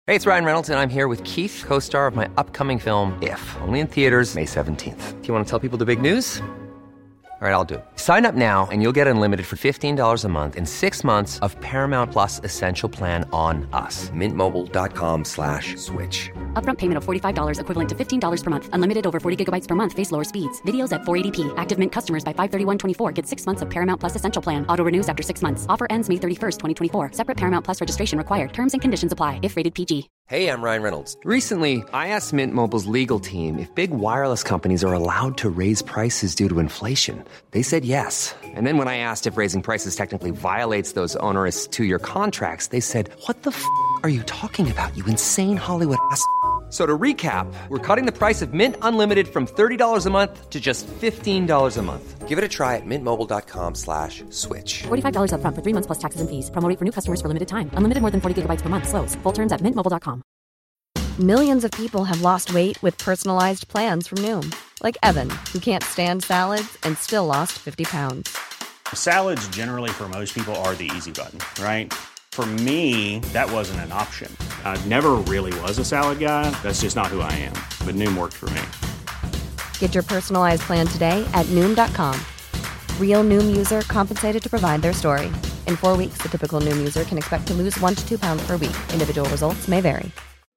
Hey, it's Ryan Reynolds, and I'm here with Keith, co-star of my upcoming film, If, only in theaters May 17th. Do you want to tell people the big news? All right, I'll do it. Sign up now and you'll get unlimited for $15 a month and 6 months of Paramount Plus Essential Plan on us. MintMobile.com/switch. Upfront payment of $45 equivalent to $15 per month. Unlimited over 40 gigabytes per month. Face lower speeds. Videos at 480p. Active Mint customers by 531.24 get 6 months of Paramount Plus Essential Plan. Auto renews after 6 months. Offer ends May 31st, 2024. Separate Paramount Plus registration required. Terms and conditions apply if rated PG. Hey, I'm Ryan Reynolds. Recently, I asked Mint Mobile's legal team if big wireless companies are allowed to raise prices due to inflation. They said yes. And then when I asked if raising prices technically violates those onerous 2-year contracts, they said, "What the f*** are you talking about, you insane Hollywood ass?" So to recap, we're cutting the price of Mint Unlimited from $30 a month to just $15 a month. Give it a try at mintmobile.com/switch. $45 upfront for 3 months plus taxes and fees. Promo rate for new customers for limited time. Unlimited more than 40 gigabytes per month. Slows full terms at mintmobile.com. Millions of people have lost weight with personalized plans from Noom. Like Evan, who can't stand salads and still lost 50 pounds. Salads generally for most people are the easy button, right? For me, that wasn't an option. I never really was a salad guy. That's just not who I am. But Noom worked for me. Get your personalized plan today at Noom.com. Real Noom user compensated to provide their story. In 4 weeks, the typical Noom user can expect to lose 1 to 2 pounds per week. Individual results may vary.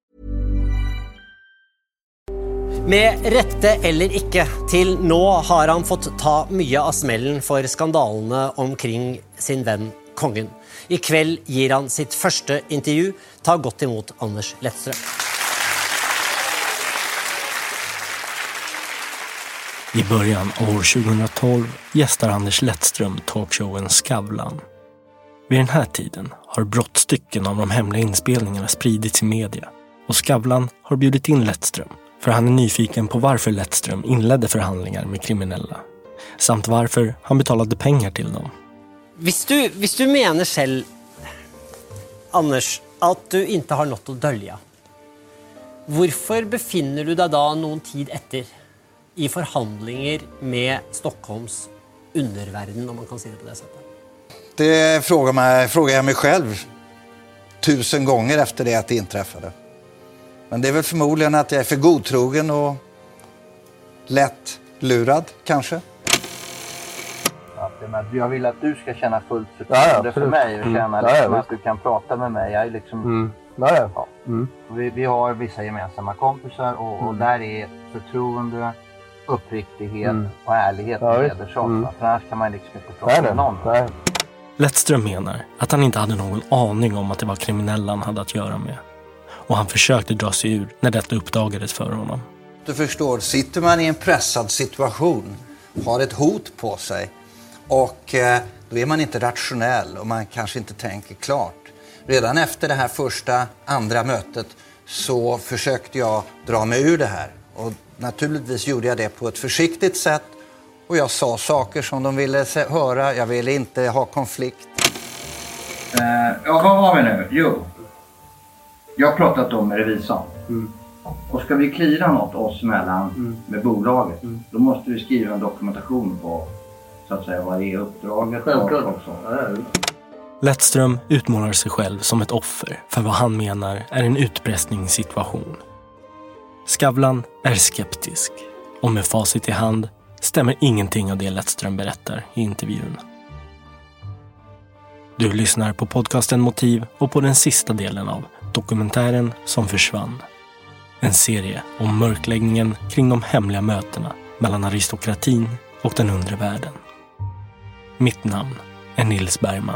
Med rette eller ikke, til nå har han fått ta mye av smellen for skandalene omkring sin venn kongen. I kveld gir han sitt første intervju. Ta godt imot Anders Lettstrøm. I början av år 2012 gästar Anders Lettström talkshowen Skavlan. Vid den här tiden har brottstycken av de hemliga inspelningarna spridits i media. Och Skavlan har bjudit in Lettström för han är nyfiken på varför Lettström inledde förhandlingar med kriminella. Samt varför han betalade pengar till dem. Hvis du mener selv, Anders, at du ikke har något å dølge, hvorfor befinner du deg da noen tid etter i forhandlinger med Stockholms underverden, om man kan si det på det sättet? Det frågar jag mig själv 1000 gånger efter det att det inträffade. Men det är väl förmodligen att jag är för godtrogen och lätt lurad, kanske. Jag vill att du ska känna fullt förtroende för mig och känna liksom att du kan prata med mig. Jag är liksom, Vi har vissa gemensamma kompisar och där är förtroende, uppriktighet och ärlighet nedersånt. För annars kan man liksom inte prata med någon. Lettström menar att han inte hade någon aning om att det var kriminella han hade att göra med. Och han försökte dra sig ur när detta uppdagades för honom. Du förstår, sitter man i en pressad situation, har ett hot på sig och då är man inte rationell och man kanske inte tänker klart. Redan efter det här andra mötet så försökte jag dra mig ur det här. Och naturligtvis gjorde jag det på ett försiktigt sätt och jag sa saker som de ville höra. Jag ville inte ha konflikt. Vad har vi nu? Jo. Jag har pratat om med revisorn. Och ska vi klira något oss emellan med bolaget, då måste vi skriva en dokumentation på så att säga vad det är uppdraget och så. Lettström utmålar sig själv som ett offer för vad han menar är en utpressningssituation. Skavlan är skeptisk och med facit i hand stämmer ingenting av det Lettström berättar i intervjun. Du lyssnar på podcasten Motiv och på den sista delen av Dokumentären som försvann. En serie om mörkläggningen kring de hemliga mötena mellan aristokratin och den undre världen. Mitt namn är Nils Bergman.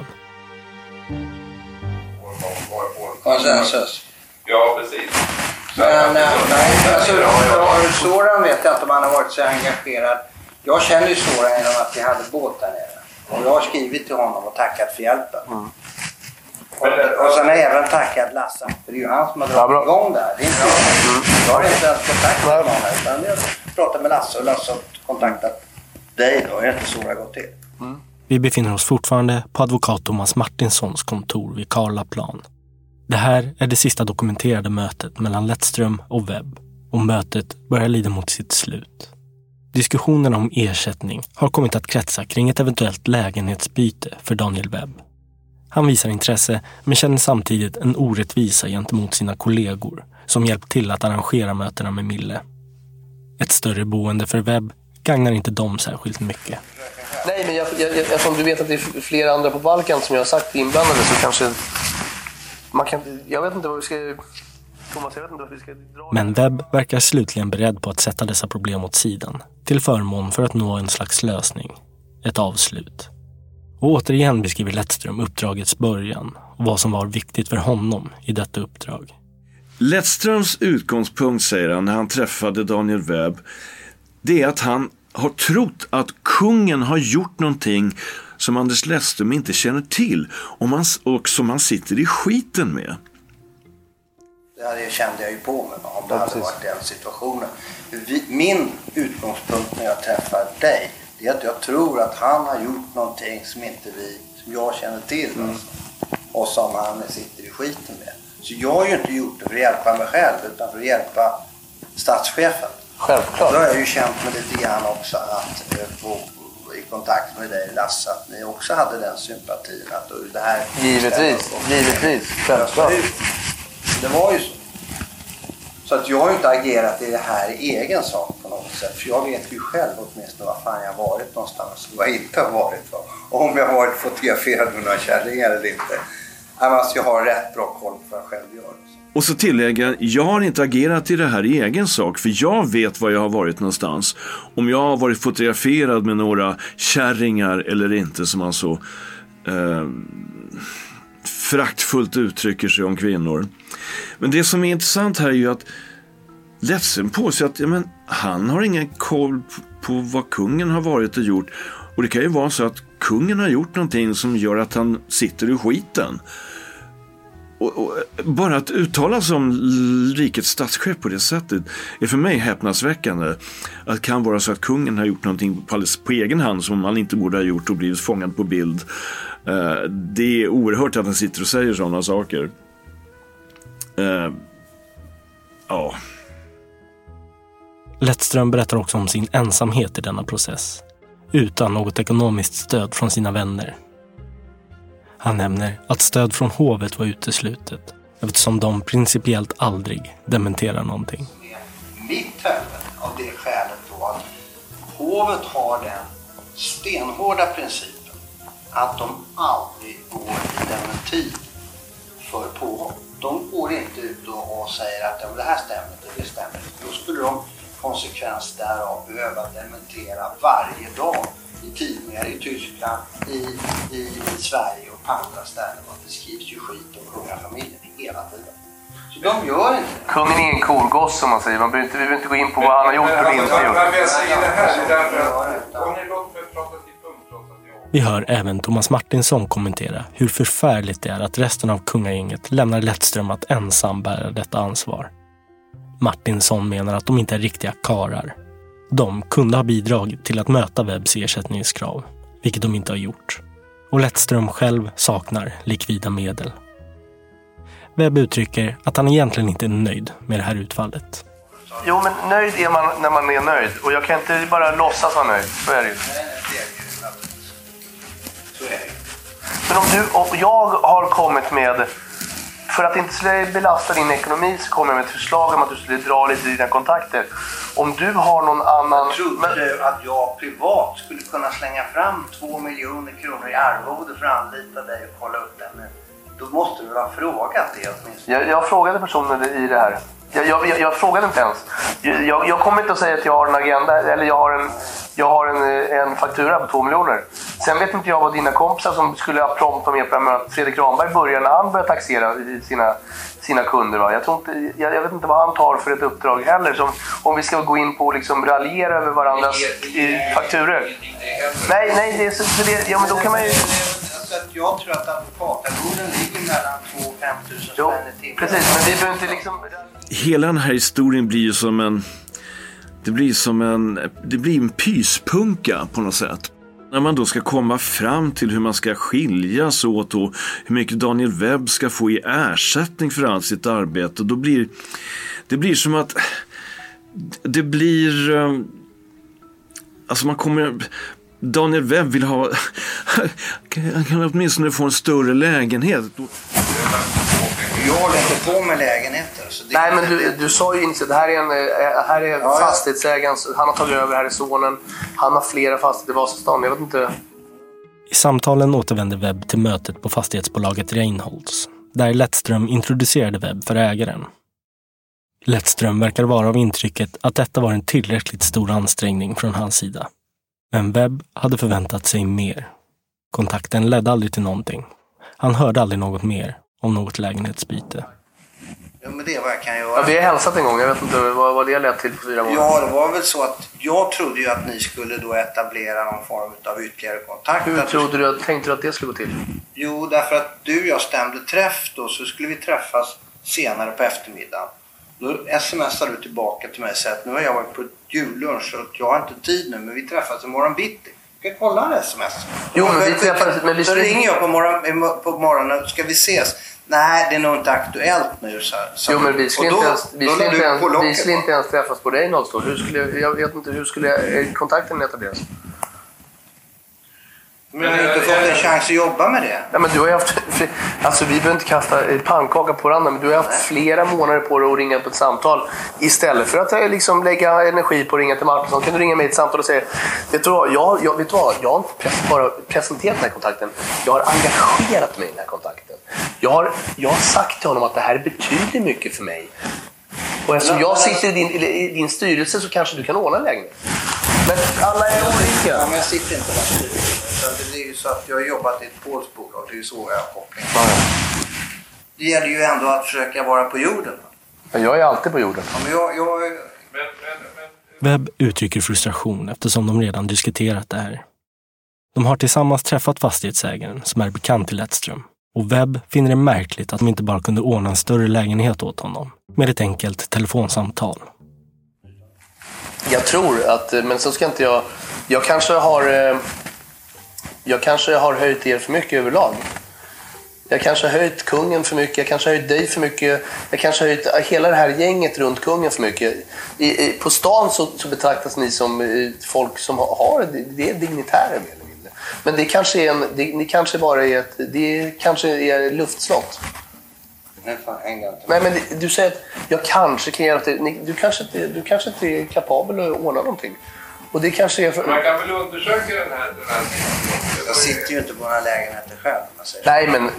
Ja, precis. Men Soran vet jag inte om han har varit så engagerad. Jag känner ju Soran genom att vi hade båt där nere. Och jag har skrivit till honom och tackat för hjälpen. Och sen har jag även tackat Lasse. För det är ju han som har dragit igång där. Det är inte jag har inte ens kontaktat med honom. Utan jag pratat med Lasse och Lasse har kontaktat dig då. Jag är inte så gått till. Vi befinner oss fortfarande på advokat Thomas Martinssons kontor vid Karlaplan. Det här är det sista dokumenterade mötet mellan Lettström och Webb. Och mötet börjar lida mot sitt slut. Diskussionen om ersättning har kommit att kretsa kring ett eventuellt lägenhetsbyte för Daniel Webb. Han visar intresse men känner samtidigt en orättvisa gentemot sina kollegor som hjälpt till att arrangera mötena med Mille. Ett större boende för Webb gagnar inte dem särskilt mycket. Nej, men eftersom du vet att det är flera andra på Balkan som jag har sagt inblandade, så kanske man kan... Jag vet inte vad vi ska... Thomas, jag vet inte vad vi ska dra... Men Webb verkar slutligen beredd på att sätta dessa problem åt sidan till förmån för att nå en slags lösning. Ett avslut. Och återigen beskriver Lettström uppdragets början och vad som var viktigt för honom i detta uppdrag. Lettströms utgångspunkt, säger han, när han träffade Daniel Webb, det är att han har trott att kungen har gjort någonting som Anders Lettström inte känner till och som han sitter i skiten med. Det kände jag ju på mig om det hade varit den situationen. Min utgångspunkt när jag träffar dig, det är att jag tror att han har gjort någonting som jag känner till. Alltså. Och som han sitter i skiten med. Så jag har ju inte gjort det för att hjälpa mig själv, utan för att hjälpa statschefen. Självklart. Då har jag ju känt mig lite grann också att i kontakt med dig, Lasse, att ni också hade den sympatin. Att det här givetvis. Självklart. Det var ju så. Så att jag har ju inte agerat i det här i egen sak på något sätt. För jag vet ju själv åtminstone var fan jag har varit någonstans och vad jag inte har varit. Och om jag har varit fotograferad med några kärringar eller inte. Jag har rätt bra koll på vad jag själv gör. Och så tillägger jag har inte agerat i det här i egen sak, för jag vet var jag har varit någonstans. Om jag har varit fotograferad med några kärringar eller inte, som han så fraktfullt uttrycker sig om kvinnor. Men det som är intressant här är ju att Lettström påstår att han har ingen koll på vad kungen har varit och gjort. Och det kan ju vara så att kungen har gjort någonting som gör att han sitter i skiten. Och bara att uttala som rikets statschef på det sättet är för mig häpnadsväckande. Att det kan vara så att kungen har gjort någonting på egen hand som han inte borde ha gjort och blivit fångad på bild. Det är oerhört att han sitter och säger sådana saker. Ja. Lettström berättar också om sin ensamhet i denna process, utan något ekonomiskt stöd från sina vänner. Han nämner att stöd från hovet var uteslutet, eftersom de principiellt aldrig dementerar någonting. Mitt huvud av det skälet då att hovet har den stenhårda principen att de aldrig går i dementi för påhopp. De går inte ut och säger att det här stämmer inte, det stämmer inte. Då skulle de konsekvens därav behöva dementera varje dag i tidningar i Tyskland, i Sverige och på andra ställen. Och det skrivs ju skit om kungafamiljen hela tiden. Så de gör inte det. Kungen är en korgoss, som man säger. Vi behöver inte gå in på vad han har gjort och inte gjort. Vi hör även Thomas Martinsson kommentera hur förfärligt det är att resten av kungagänget lämnar Lettström att ensam bära detta ansvar. Martinsson menar att de inte är riktiga karar. De kunde ha bidragit till att möta Webbs ersättningskrav, vilket de inte har gjort. Och Lettström själv saknar likvida medel. Webb uttrycker att han egentligen inte är nöjd med det här utfallet. Jo, men nöjd är man när man är nöjd. Och jag kan inte bara låtsas vara nöjd. Så är det ju. Men om du och jag har kommit med, för att inte belasta din ekonomi, så kommer jag med ett förslag om att du skulle dra lite i dina kontakter. Om du har någon annan... Trodde du att jag privat skulle kunna slänga fram 2 miljoner kronor i arvode för att anlita dig och kolla upp den? Då måste du ha frågat det åtminstone. Jag frågade personer i det här. Jag frågade inte ens. Jag kommer inte att säga att jag har en agenda, eller jag har en faktura på 2 miljoner. Sen vet inte jag vad dina kompisar som skulle ha prompt med på att Fredrik Ramberg börjar när han börjar taxera sina kunder. Va? Jag vet inte vad han tar för ett uppdrag heller. Som, om vi ska gå in på och liksom raljera över varandras fakturer. Nej, det är så det, ja, men då kan man ju... Jag tror att advokatarvoden ligger mellan 2 och 5 000 spänn i timmen. Precis, men vi behöver inte liksom... Hela den här historien blir ju som en... Det blir en pyspunka på något sätt. När man då ska komma fram till hur man ska skiljas åt och hur mycket Daniel Webb ska få i ersättning för allt sitt arbete, då blir det blir som att det blir... Alltså Daniel Webb vill ha... Han kan åtminstone få en större lägenhet. Jag håller inte på med lägenheter. Så det Nej, men du sa ju inte, det här är fastighetsägaren, han har tagit över, här i sonen. Han har flera fastigheter i Vasastan, jag vet inte. I samtalen återvände Webb till mötet på fastighetsbolaget Reinholds, där Lettström introducerade Webb för ägaren. Lettström verkar vara av intrycket att detta var en tillräckligt stor ansträngning från hans sida. Men Webb hade förväntat sig mer. Kontakten ledde aldrig till någonting. Han hörde aldrig något mer om något lägenhetsbyte. Ja, men det är vad jag kan göra. Ja, vi har hälsat en gång, jag vet inte vad det lett till på 4 månader. Ja, det var väl så att jag trodde ju att ni skulle då etablera någon form av ytterligare kontakt. Hur tänkte du att det skulle gå till? Jo, därför att du och jag stämde träff då, så skulle vi träffas senare på eftermiddagen. Då smsade du tillbaka till mig och sa att nu har jag varit på jullunch och jag har inte tid nu, men vi träffas imorgon bitti. Ska jag kolla en sms? Jo, men vi träffades... Men så ringer jag på morgonen, ska vi ses? Nej, det är nog inte aktuellt nu. Så. Jo, men vi skulle inte ens träffas på Reinholds då. Hur skulle kontakten etableras? Men jag har inte fått en chans att jobba med det. Ja, men du har ju haft... Alltså, vi behöver inte kasta pannkaka på varandra, men du har haft flera månader på dig att ringa på ett samtal. Istället för att liksom lägga energi på att ringa till Martinsson kan du ringa mig i ett samtal och säga: vet du vad, jag har inte bara presenterat den här kontakten. Jag har engagerat mig i den här kontakten. Jag har sagt till honom att det här betyder mycket för mig. Och eftersom jag sitter i din styrelse så kanske du kan ordna en lägenhet. Men alla är olika. Ja, men jag sitter inte där styrelsen. Det är ju så att jag har jobbat i ett polskt bolag. Det är ju så jag har koppling. Det gäller ju ändå att försöka vara på jorden. Men jag är alltid på jorden. Ja, men Webb uttrycker frustration eftersom de redan diskuterat det här. De har tillsammans träffat fastighetsägaren som är bekant till Lettström. Och Webb finner det märkligt att de inte bara kunde ordna en större lägenhet åt honom med ett enkelt telefonsamtal. Jag tror att, men så ska inte jag kanske har höjt er för mycket överlag. Jag kanske har höjt kungen för mycket, jag kanske har höjt dig för mycket, jag kanske har höjt hela det här gänget runt kungen för mycket. På stan så betraktas ni som folk som har det är dignitärer mer eller mindre. Men det kanske är luftslott. Nej, men du säger att jag kanske kan göra det. Du kanske inte är kapabel att ordna någonting. Och det kanske är Man kan väl undersöka den här jag sitter ju inte på några lägenheter själv. Nej, men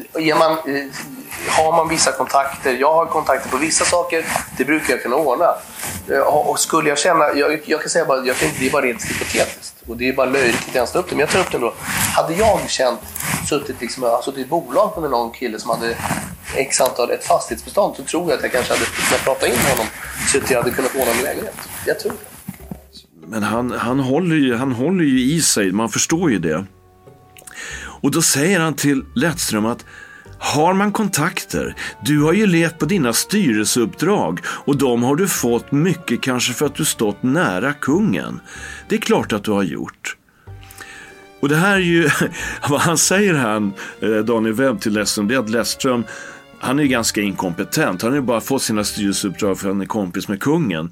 har man vissa kontakter, jag har kontakter på vissa saker, det brukar jag kunna ordna. Och skulle jag känna, jag kan säga bara, det är bara rent hypotetiskt. Och det är bara löjligt att jag tar upp det, men jag tar upp det ändå. Hade jag suttit i ett bolag med någon kille som hade x antal ett fastighetsbestånd, så tror jag att jag kanske hade kunnat prata in med honom så att jag hade kunnat ordna en lägenhet. Jag tror det. Men han håller ju i sig, man förstår ju det. Och då säger han till Lettström att har man kontakter, du har ju levt på dina styrelseuppdrag och de har du fått mycket kanske för att du stått nära kungen. Det är klart att du har gjort. Och det här är ju, vad han säger här, Daniel Webb till Lettström, det är att Lettström, han är ganska inkompetent. Han har ju bara fått sina styrelseuppdrag för att han är kompis med kungen.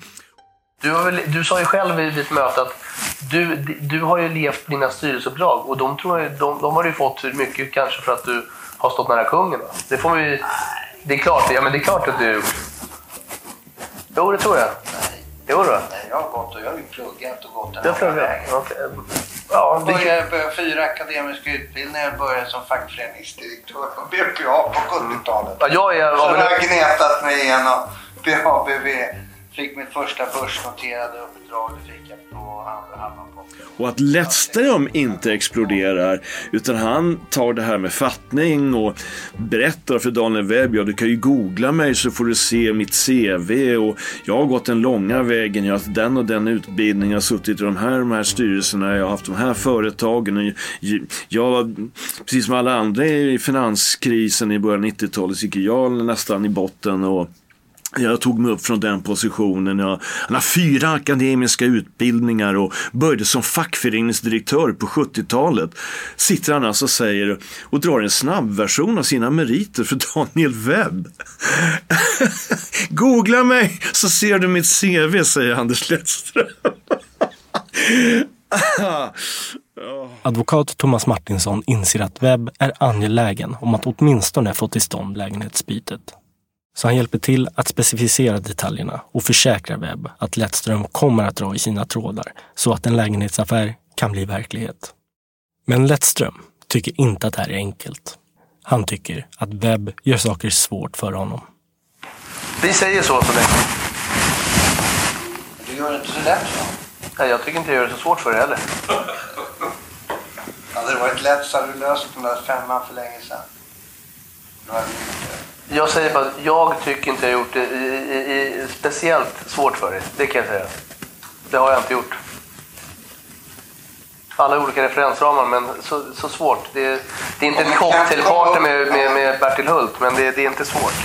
Du sa ju själv i ditt möte att du har ju levt dina styrelseuppdrag och de har du fått mycket kanske för att du har stått nära kungen. Va? Det får vi. Det är klart, ja, men det är klart att du. Jo, det tror jag. Jo då. Nej, jag har ju pluggat och gått den här vägen. Okay. Ja, jag började 4 akademiska utbildningar. Jag började som fackföreningsdirektör på BPA på 70-talet. Ja, så jag har gnetat mig igenom BABV. Fick mitt första börsnoterade uppdrag, det fick jag på andra halvan på. Och att Lettström inte exploderar, utan han tar det här med fattning och berättar för Daniel Webb, ja, du kan ju googla mig så får du se mitt CV och jag har gått den långa vägen, jag har haft den och den utbildningen, jag har suttit i de här styrelserna, jag har haft de här företagen och jag, precis som alla andra i finanskrisen i början av 90-talet, gick jag nästan i botten och jag tog mig upp från den positionen. Han har 4 akademiska utbildningar och började som fackföreningsdirektör på 70-talet. Sitter han alltså och säger och drar en snabbversion av sina meriter för Daniel Webb. Googla mig så ser du mitt CV, säger Anders Lettström. Advokat Thomas Martinsson inser att Webb är angelägen om att åtminstone få till stånd lägenhetsbytet. Så han hjälper till att specificera detaljerna och försäkrar Webb att Lettström kommer att dra i sina trådar så att en lägenhetsaffär kan bli verklighet. Men Lettström tycker inte att det här är enkelt. Han tycker att Webb gör saker svårt för honom. Vi säger så länge. Du gör det inte så lätt så. Nej, jag tycker inte jag gör det så svårt för det heller. Hade det varit lätt så hade du löst de där 5 för länge sedan. Jag säger bara att jag tycker inte jag har gjort det speciellt svårt för dig. Det kan jag säga. Det har jag inte gjort. Alla olika referensramar, men så svårt. Det är inte ett cocktailparty med Bertil Hult, men det är inte svårt.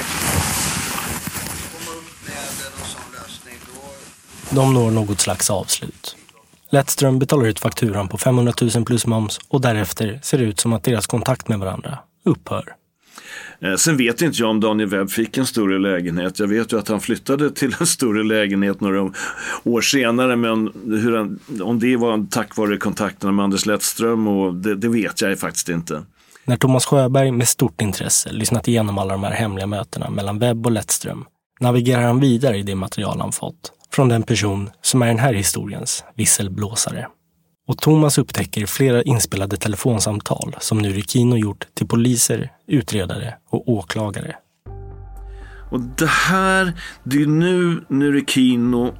De når något slags avslut. Lettström betalar ut fakturan på 500 000 plus moms och därefter ser det ut som att deras kontakt med varandra upphör. Sen vet inte jag om Daniel Webb fick en större lägenhet. Jag vet ju att han flyttade till en större lägenhet några år senare, men om det var tack vare kontakterna med Anders Lettström, och det vet jag faktiskt inte. När Thomas Sjöberg med stort intresse lyssnat igenom alla de här hemliga mötena mellan Webb och Lettström navigerar han vidare i det material han fått från den person som är den här historiens visselblåsare. Och Thomas upptäcker flera inspelade telefonsamtal som Nurikino gjort till poliser, utredare och åklagare. Och det är nu Nurikino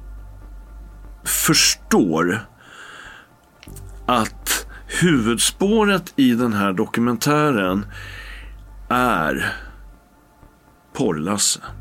förstår att huvudspåret i den här dokumentären är Porrlasse.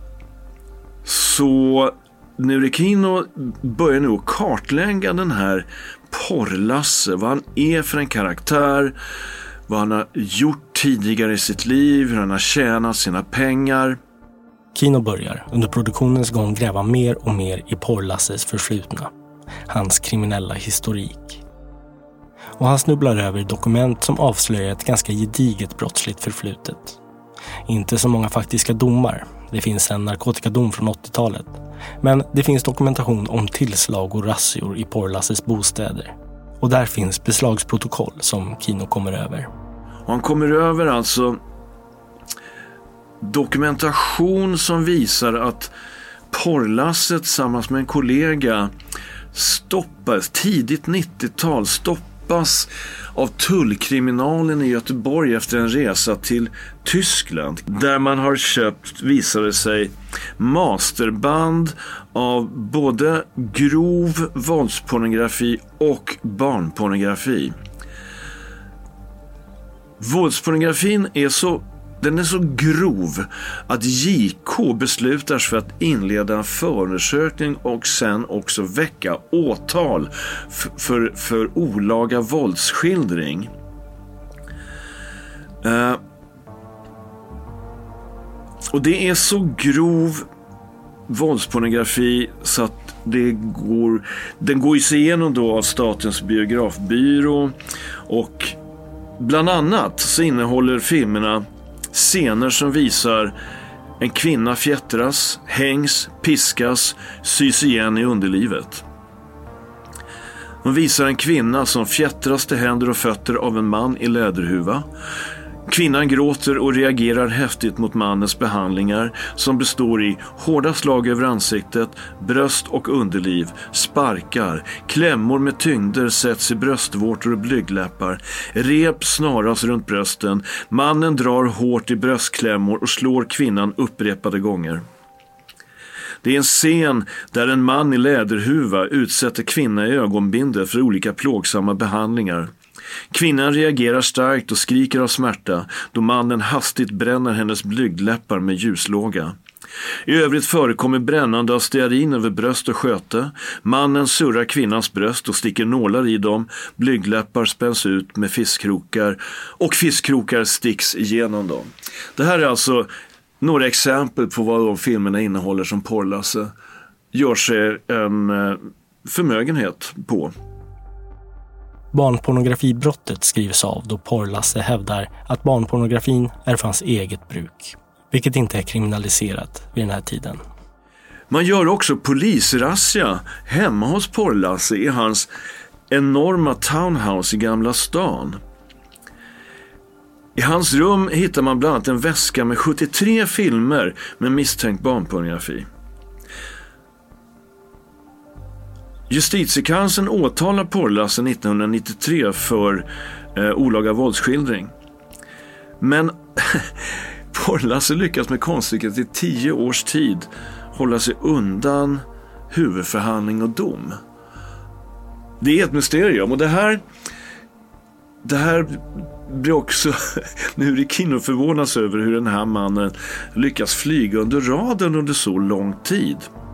Så Nurikino börjar nu kartlägga den här Porrlasse, vad han är för en karaktär, vad han har gjort tidigare i sitt liv, hur han har tjänat sina pengar. Kino börjar under produktionens gång gräva mer och mer i Porrlasses förflutna, hans kriminella historik. Och han snubblar över dokument som avslöjar ett ganska gediget brottsligt förflutet. Inte så många faktiska domar. Det finns en narkotikadom från 80-talet. Men det finns dokumentation om tillslag och razzior i Porrlasses bostäder. Och där finns beslagsprotokoll som Kino kommer över. Och han kommer över alltså dokumentation som visar att Porrlasset tillsammans med en kollega stoppas, tidigt 90-tal stoppas av tullkriminalen i Göteborg efter en resa till Tyskland, där man har köpt, visade sig, masterband av både grov våldspornografi och barnpornografi. Våldspornografin är så grov att JK beslutar sig för att inleda en förundersökning och sen också väcka åtal för olaga våldsskildring. Och det är så grov våldspornografi så att den går sig igenom då av Statens biografbyrå, och bland annat så innehåller filmerna scener som visar en kvinna fjättras, hängs, piskas, sys igen i underlivet. De visar en kvinna som fjättras till händer och fötter av en man i läderhuva. Kvinnan gråter och reagerar häftigt mot mannens behandlingar som består i hårda slag över ansiktet, bröst och underliv, sparkar, klämmor med tyngder sätts i bröstvårtor och blygdläppar, rep snaras runt brösten, mannen drar hårt i bröstklämmor och slår kvinnan upprepade gånger. Det är en scen där en man i läderhuva utsätter kvinna i ögonbindel för olika plågsamma behandlingar. Kvinnan reagerar starkt och skriker av smärta då mannen hastigt bränner hennes blygdläppar med ljuslåga. I övrigt förekommer brännande av stearin över bröst och sköte. Mannen surrar kvinnans bröst och sticker nålar i dem. Blygdläppar spänns ut med fiskkrokar och fiskkrokar sticks igenom dem. Det här är alltså några exempel på vad de filmerna innehåller som Porrlasse gör sig en förmögenhet på. Barnpornografibrottet skrivs av då Porrlasse hävdar att barnpornografin är för hans eget bruk, vilket inte är kriminaliserat vid den här tiden. Man gör också polisrazzia hemma hos Porrlasse i hans enorma townhouse i Gamla stan. I hans rum hittar man bland annat en väska med 73 filmer med misstänkt barnpornografi. Justitiekanslern åtalar Porrlasse 1993 för olaga våldsskildring. Men Porrlasse lyckas med konststycket i 10 års tid hålla sig undan huvudförhandling och dom. Det är ett mysterium, och det här blir också Nurikino förvånas över hur den här mannen lyckas flyga under radarn under så lång tid.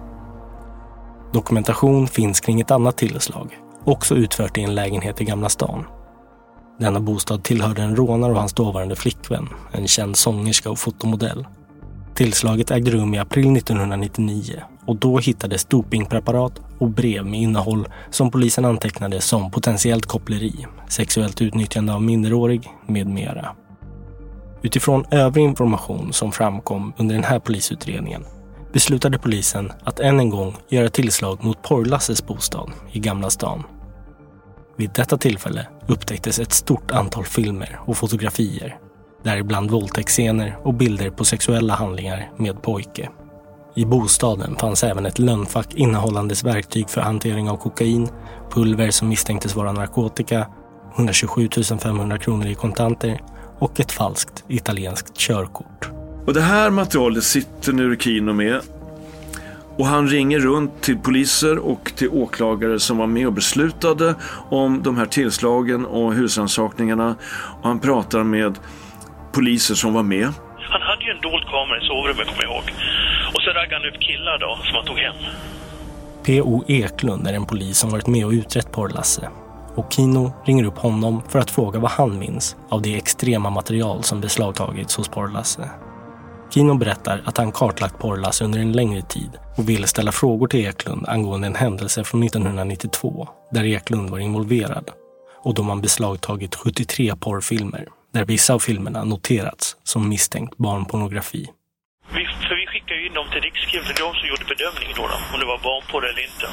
Dokumentation finns kring ett annat tillslag, också utfört i en lägenhet i Gamla stan. Denna bostad tillhörde en rånare och hans dåvarande flickvän, en känd sångerska och fotomodell. Tillslaget ägde rum i april 1999 och då hittades dopingpreparat och brev med innehåll som polisen antecknade som potentiellt koppleri, sexuellt utnyttjande av minderårig med mera. Utifrån övrig information som framkom under den här polisutredningen beslutade polisen att än en gång göra tillslag mot Porrlasses bostad i Gamla stan. Vid detta tillfälle upptäcktes ett stort antal filmer och fotografier, däribland våldtäktsscener och bilder på sexuella handlingar med pojke. I bostaden fanns även ett lönnfack innehållandes verktyg för hantering av kokain, pulver som misstänktes vara narkotika, 127 500 kronor i kontanter och ett falskt italienskt körkort. Och det här materialet sitter Nurikino med, och han ringer runt till poliser och till åklagare som var med och beslutade om de här tillslagen och husrannsakningarna, och han pratar med poliser som var med. Han hade ju en dold kamera i sovrummet, kommer jag ihåg. Och så raggade han upp killar då, som han tog hem. P.O. Eklund är en polis som varit med och utrett Porrlasse. Och Kino ringer upp honom för att fråga vad han minns av det extrema material som beslagtagits hos Porrlasse. Kino berättar att han kartlagt Porrlasse under en längre tid och ville ställa frågor till Eklund angående en händelse från 1992 där Eklund var involverad, och då man beslagtagit 73 porrfilmer där vissa av filmerna noterats som misstänkt barnpornografi. För vi skickade ju in dem till Riksarkivet, det var de som gjorde bedömningen då, om det var barnporr eller inte.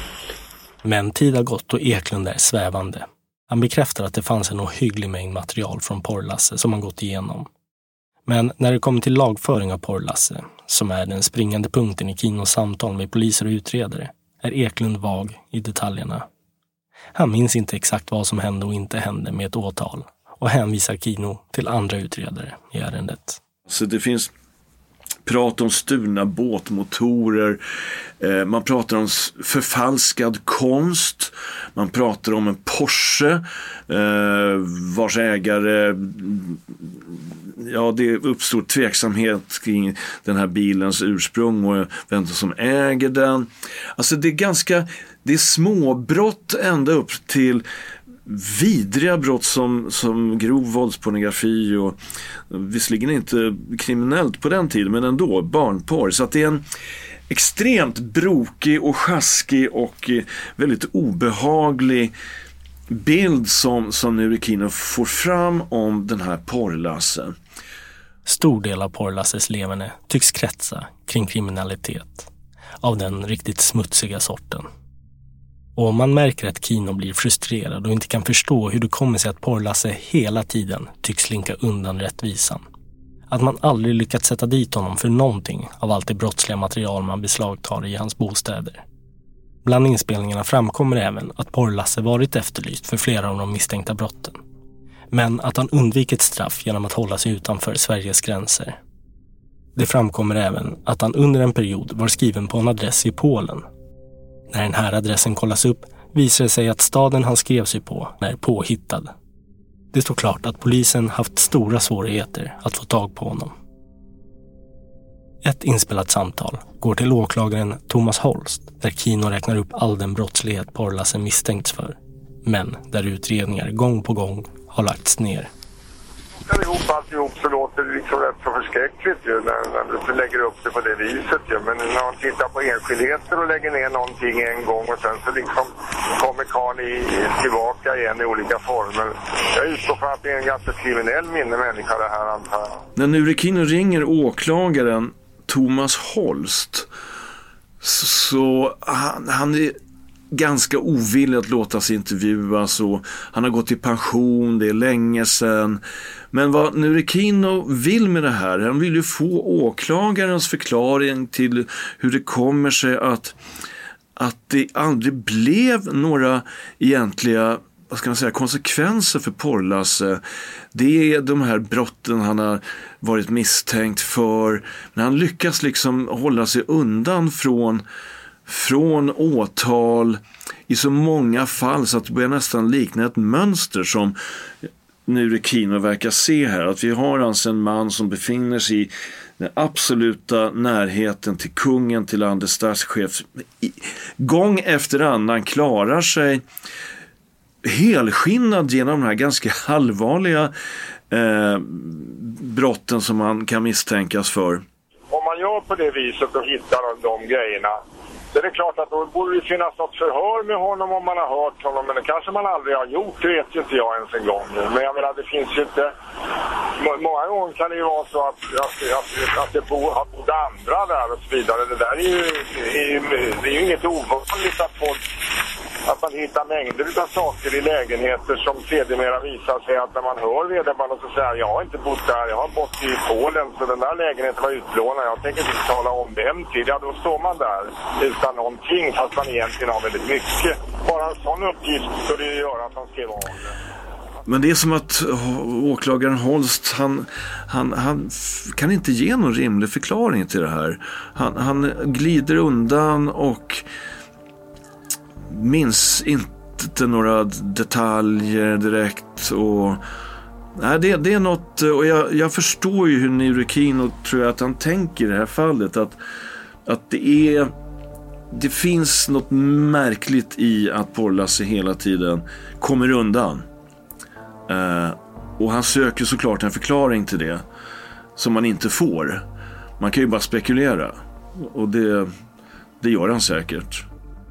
Men tid har gått och Eklund är svävande. Han bekräftar att det fanns en ohygglig mängd material från Porrlasse som han gått igenom. Men när det kommer till lagföring av Porrlasse, som är den springande punkten i Kinos samtal med poliser och utredare, är Eklund vag i detaljerna. Han minns inte exakt vad som hände och inte hände med ett åtal och hänvisar Kino till andra utredare i ärendet. Så det finns prat om stulna båtmotorer, man pratar om förfalskad konst, man pratar om en Porsche vars ägare, ja, det uppstår tveksamhet kring den här bilens ursprung och vem som äger den. Alltså det är småbrott ända upp till vidriga brott som grov våldspornografi och visserligen inte kriminellt på den tiden, men ändå barnporr. Så att det är en extremt brokig och sjaskig och väldigt obehaglig bild som Nurikino får fram om den här Porrlasse. Stor del av Porrlasses leverne tycks kretsa kring kriminalitet av den riktigt smutsiga sorten. Och man märker att Kino blir frustrerad och inte kan förstå hur det kommer sig att Porrlasse hela tiden tycks slinka undan rättvisan. Att man aldrig lyckats sätta dit honom för någonting av allt det brottsliga material man beslagtar i hans bostäder. Bland inspelningarna framkommer även att Porrlasse varit efterlyst för flera av de misstänkta brotten. Men att han undvikit straff genom att hålla sig utanför Sveriges gränser. Det framkommer även att han under en period var skriven på en adress i Polen. När den här adressen kollas upp visar det sig att staden han skrev sig på är påhittad. Det står klart att polisen haft stora svårigheter att få tag på honom. Ett inspelat samtal går till åklagaren Thomas Holst där Kino räknar upp all den brottslighet Porrlasse misstänkts för, men där utredningar gång på gång har lagts ner. Alltihop så låter det liksom rätt så förskräckligt ju, när du lägger upp det på det viset ju. Men när man tittar på enskildheter och lägger ner någonting en gång och sen så liksom kommer karln tillbaka igen i olika former. Jag utgår från att det är en ganska kriminell människa det här, antar jag. När Nurikino ringer åklagaren Thomas Holst så han är ganska ovillig att låta sig intervjuas och han har gått i pension, det är länge sedan. Men vad Nurikino vill med det här, han vill ju få åklagarens förklaring till hur det kommer sig att det aldrig blev några egentliga, vad ska man säga, konsekvenser för Porlasse. Det är de här brotten han har varit misstänkt för, men han lyckas liksom hålla sig undan från åtal i så många fall så att det börjar nästan likna ett mönster som Nurikino verkar se här. Att vi har alltså en man som befinner sig i den absoluta närheten till kungen, till landets statschef. Gång efter annan klarar sig helskinnad genom de här ganska allvarliga brotten som man kan misstänkas för. Om man gör på det viset och hittar de grejerna, så är det klart att då borde det finnas något förhör med honom om man har hört honom, men det kanske man aldrig har gjort, det vet ju inte jag ens en gång. Men jag menar, det finns ju inte, många gånger kan det ju vara så att det har bott andra där och så vidare. Det där är ju inget ovanligt att man hittar mängder av saker i lägenheter som sedermera visar sig att när man hör vederbörande så säger jag har inte bott där, jag har bott i Polen, så den där lägenheten var utlånad, jag tänker inte tala om den till. Ja, då står man där utan någonting fast man egentligen har väldigt mycket. Bara en sån uppgift skulle ju göra att han skrev av det. Men det är som att åklagaren Holst, han kan inte ge någon rimlig förklaring till det här. Han glider undan och minns inte några detaljer direkt. Och nej, det är något, och jag förstår ju hur Nurikino tror jag att han tänker i det här fallet, att det finns något märkligt i att Porlasse hela tiden kommer undan. Och han söker såklart en förklaring till det som man inte får. Man kan ju bara spekulera, och det gör han säkert.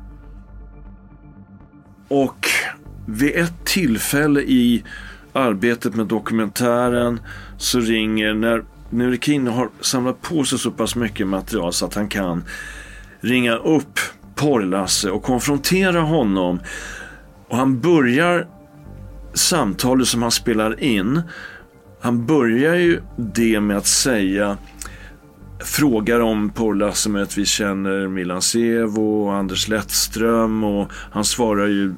Och vid ett tillfälle i arbetet med dokumentären så ringer, när Nurikino har samlat på sig så pass mycket material så att han kan ringa upp Porlasse och konfrontera honom, och han börjar samtalet som han spelar in, han börjar ju det med att säga, frågar om Porlasse med att vi känner Milan Sevo och Anders Lettström, och han svarar ju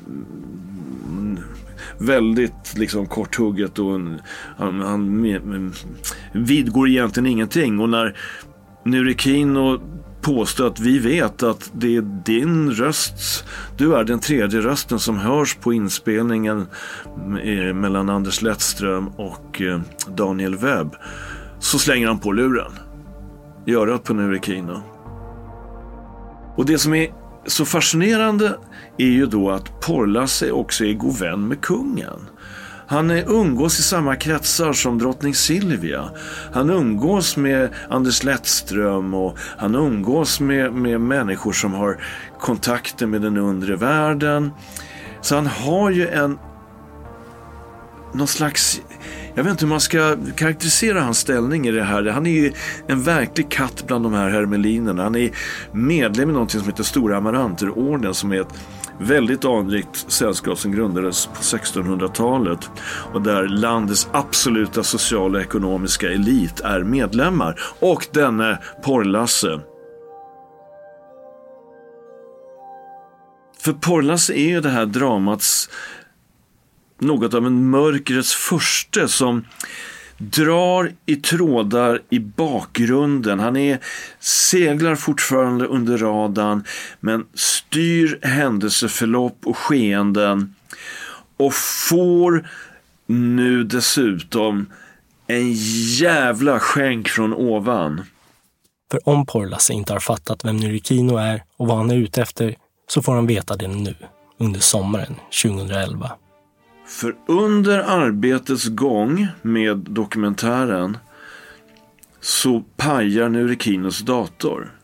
väldigt liksom korthugget, och han vidgår egentligen ingenting. Och när Nurikino påstår att vi vet att det är din röst, du är den tredje rösten som hörs på inspelningen mellan Anders Lettström och Daniel Webb, så slänger han på luren i örat på Nurikino. Och det som är så fascinerande är ju då att Porlasse också är god vän med kungen. Han umgås i samma kretsar som drottning Silvia. Han umgås med Anders Lettström, och han umgås med människor som har kontakter med den undre världen. Så han har ju någon slags, jag vet inte hur man ska karaktärisera hans ställning i det här. Han är ju en verklig katt bland de här hermelinerna. Han är medlem i någonting som heter Stora Amaranterorden, som är ett väldigt anrikt sällskap som grundades på 1600-talet, och där landets absoluta sociala och ekonomiska elit är medlemmar. Och denne Porlasse. För Porlasse är ju det här dramats något av en mörkrets furste som drar i trådar i bakgrunden. Han seglar fortfarande under radarn, men styr händelseförlopp och skeenden, och får nu dessutom en jävla skänk från ovan. För om Porlasse inte har fattat vem Nurikino är och vad han är ute efter, så får han veta det nu, under sommaren 2011. För under arbetets gång med dokumentären så pajar Nurikinos dator.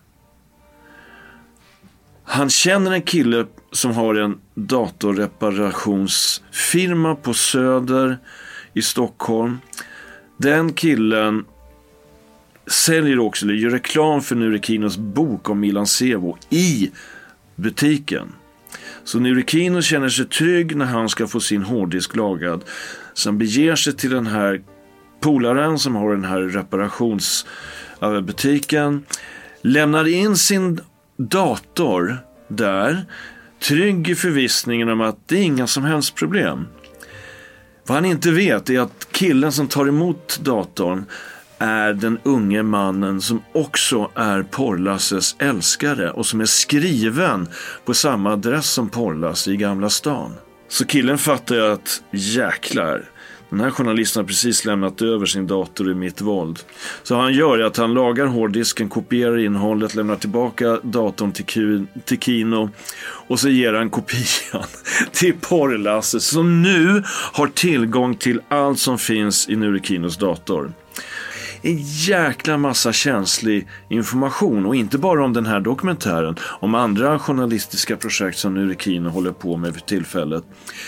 Han känner en kille som har en datorreparationsfirma på Söder i Stockholm. Den killen säljer också, eller gör reklam för Nurikinos bok om Milan Sevo i butiken. Så Nurikino känner sig trygg när han ska få sin hårddisk lagad. Så han beger sig till den här polaren som har den här reparationsbutiken. Lämnar in sin dator där. Trygg i förvissningen om att det är inga som helst problem. Vad han inte vet är att killen som tar emot datorn är den unge mannen som också är Porrlasses älskare och som är skriven på samma adress som Porrlasse i Gamla stan. Så killen fattar ju att jäklar, den här journalisten har precis lämnat över sin dator i mitt våld. Så han gör att han lagar hårddisken, kopierar innehållet, lämnar tillbaka datorn till Kino och så ger han kopian till Porrlasse som nu har tillgång till allt som finns i Nurikinos dator. En jäkla massa känslig information, och inte bara om den här dokumentären, om andra journalistiska projekt som Nurikino håller på med för tillfället.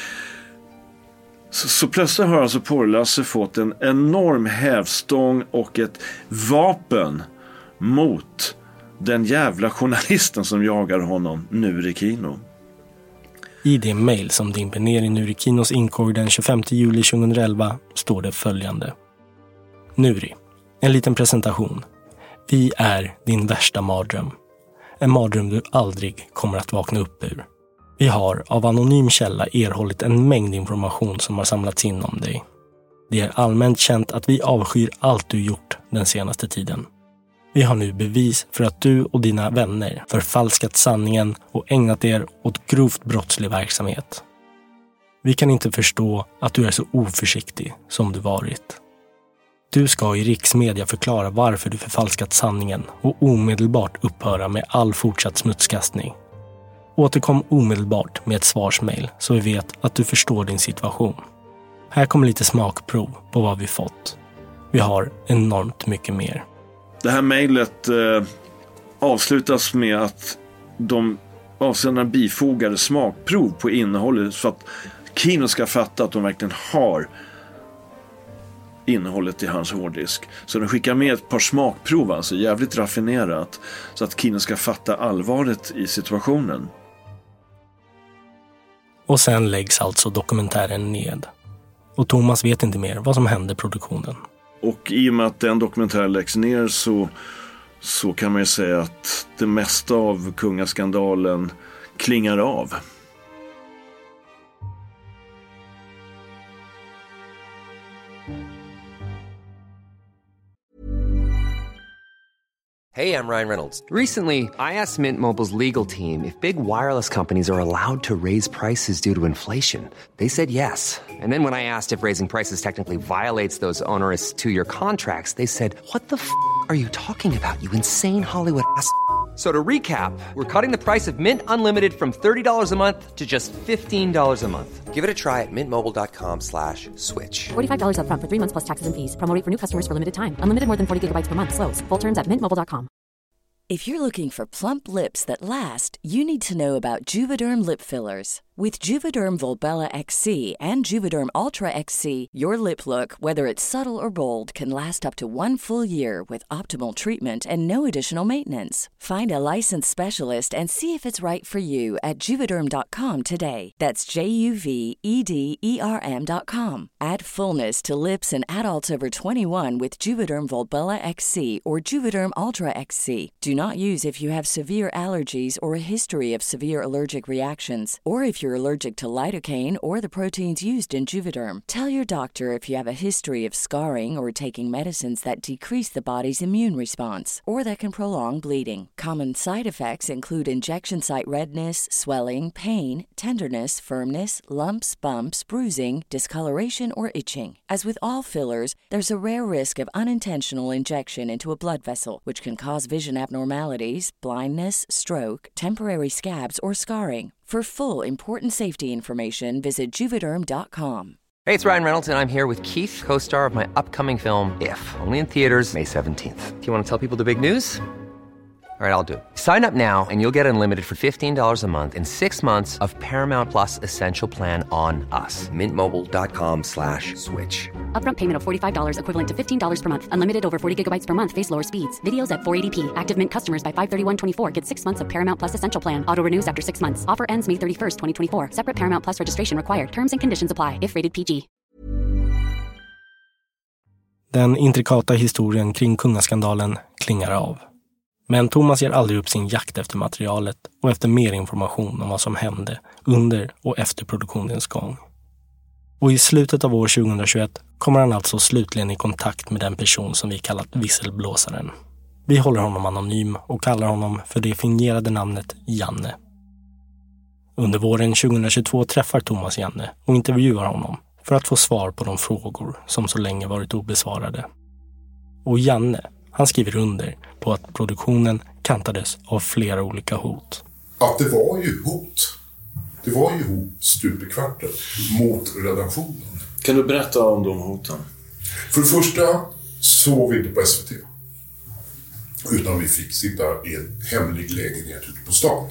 Så plötsligt har alltså Porrlasse fått en enorm hävstång och ett vapen mot den jävla journalisten som jagar honom, Nurikino. I det mejl som dimper ner i Nurikinos inkorg den 25 juli 2011 står det följande. Nuri, en liten presentation. Vi är din värsta mardröm. En mardröm du aldrig kommer att vakna upp ur. Vi har av anonym källa erhållit en mängd information som har samlats in om dig. Det är allmänt känt att vi avskyr allt du gjort den senaste tiden. Vi har nu bevis för att du och dina vänner förfalskat sanningen och ägnat er åt grovt brottslig verksamhet. Vi kan inte förstå att du är så oförsiktig som du varit. Du ska i riksmedia förklara varför du förfalskat sanningen och omedelbart upphöra med all fortsatt smutskastning. Återkom omedelbart med ett svarsmail så vi vet att du förstår din situation. Här kommer lite smakprov på vad vi fått. Vi har enormt mycket mer. Det här mejlet avslutas med att de avsändarna bifogar smakprov på innehållet för att Kino ska fatta att de verkligen har innehållet i hans hårddisk. Så de skickar med ett par smakprov, alltså jävligt raffinerat, så att Kino ska fatta allvaret i situationen. Och sen läggs alltså dokumentären ned. Och Thomas vet inte mer vad som hände i produktionen. Och i och med att den dokumentären läggs ner så kan man ju säga att det mesta av kungaskandalen klingar av. Hey, I'm Ryan Reynolds. Recently, I asked Mint Mobile's legal team if big wireless companies are allowed to raise prices due to inflation. They said yes. And then when I asked if raising prices technically violates those onerous 2-year contracts, they said, "What the f*** are you talking about, you insane Hollywood ass?" So to recap, we're cutting the price of Mint Unlimited from $30 a month to just $15 a month. Give it a try at mintmobile.com/switch. $45 up front for 3 months plus taxes and fees. Promo rate for new customers for limited time. Unlimited more than 40 gigabytes per month. Slows full terms at mintmobile.com. If you're looking for plump lips that last, you need to know about Juvederm lip fillers. With Juvederm Volbella XC and Juvederm Ultra XC, your lip look, whether it's subtle or bold, can last up to 1 full year with optimal treatment and no additional maintenance. Find a licensed specialist and see if it's right for you at Juvederm.com today. That's JUVEDERM.com. Add fullness to lips in adults over 21 with Juvederm Volbella XC or Juvederm Ultra XC. Do not use if you have severe allergies or a history of severe allergic reactions, or if you're allergic to lidocaine or the proteins used in Juvederm. Tell your doctor if you have a history of scarring or taking medicines that decrease the body's immune response or that can prolong bleeding. Common side effects include injection site redness, swelling, pain, tenderness, firmness, lumps, bumps, bruising, discoloration, or itching. As with all fillers, there's a rare risk of unintentional injection into a blood vessel, which can cause vision abnormalities, blindness, stroke, temporary scabs, or scarring. For full, important safety information, visit Juvederm.com. Hey, it's Ryan Reynolds, and I'm here with Keith, co-star of my upcoming film, If, only in theaters May 17th. Do you want to tell people the big news? All right, I'll do it. Sign up now and you'll get unlimited for $15 a month and 6 months of Paramount Plus Essential Plan on us. Mintmobile.com/switch. Upfront payment of $45 equivalent to $15 per month. Unlimited over 40 gigabytes per month. Face lower speeds. Videos at 480p. Active Mint customers by 531.24 get 6 months of Paramount Plus Essential Plan. Auto renews after 6 months. Offer ends May 31st, 2024. Separate Paramount Plus registration required. Terms and conditions apply if rated PG. Den intrikata historien kring kungaskandalen klingar av. Men Thomas ger aldrig upp sin jakt efter materialet och efter mer information om vad som hände under och efter produktionens gång. Och i slutet av år 2021 kommer han alltså slutligen i kontakt med den person som vi kallat visselblåsaren. Vi håller honom anonym och kallar honom för det fingerade namnet Janne. Under våren 2022 träffar Thomas Janne och intervjuar honom för att få svar på de frågor som så länge varit obesvarade. Och Janne, han skriver under på att produktionen kantades av flera olika hot. Att det var ju hot. Det var ju hot stup i kvarten mot redaktionen. Kan du berätta om de hoten? För det första sov vi inte på SVT. Utan vi fick sitta i en hemlig lägenhet ute på stan.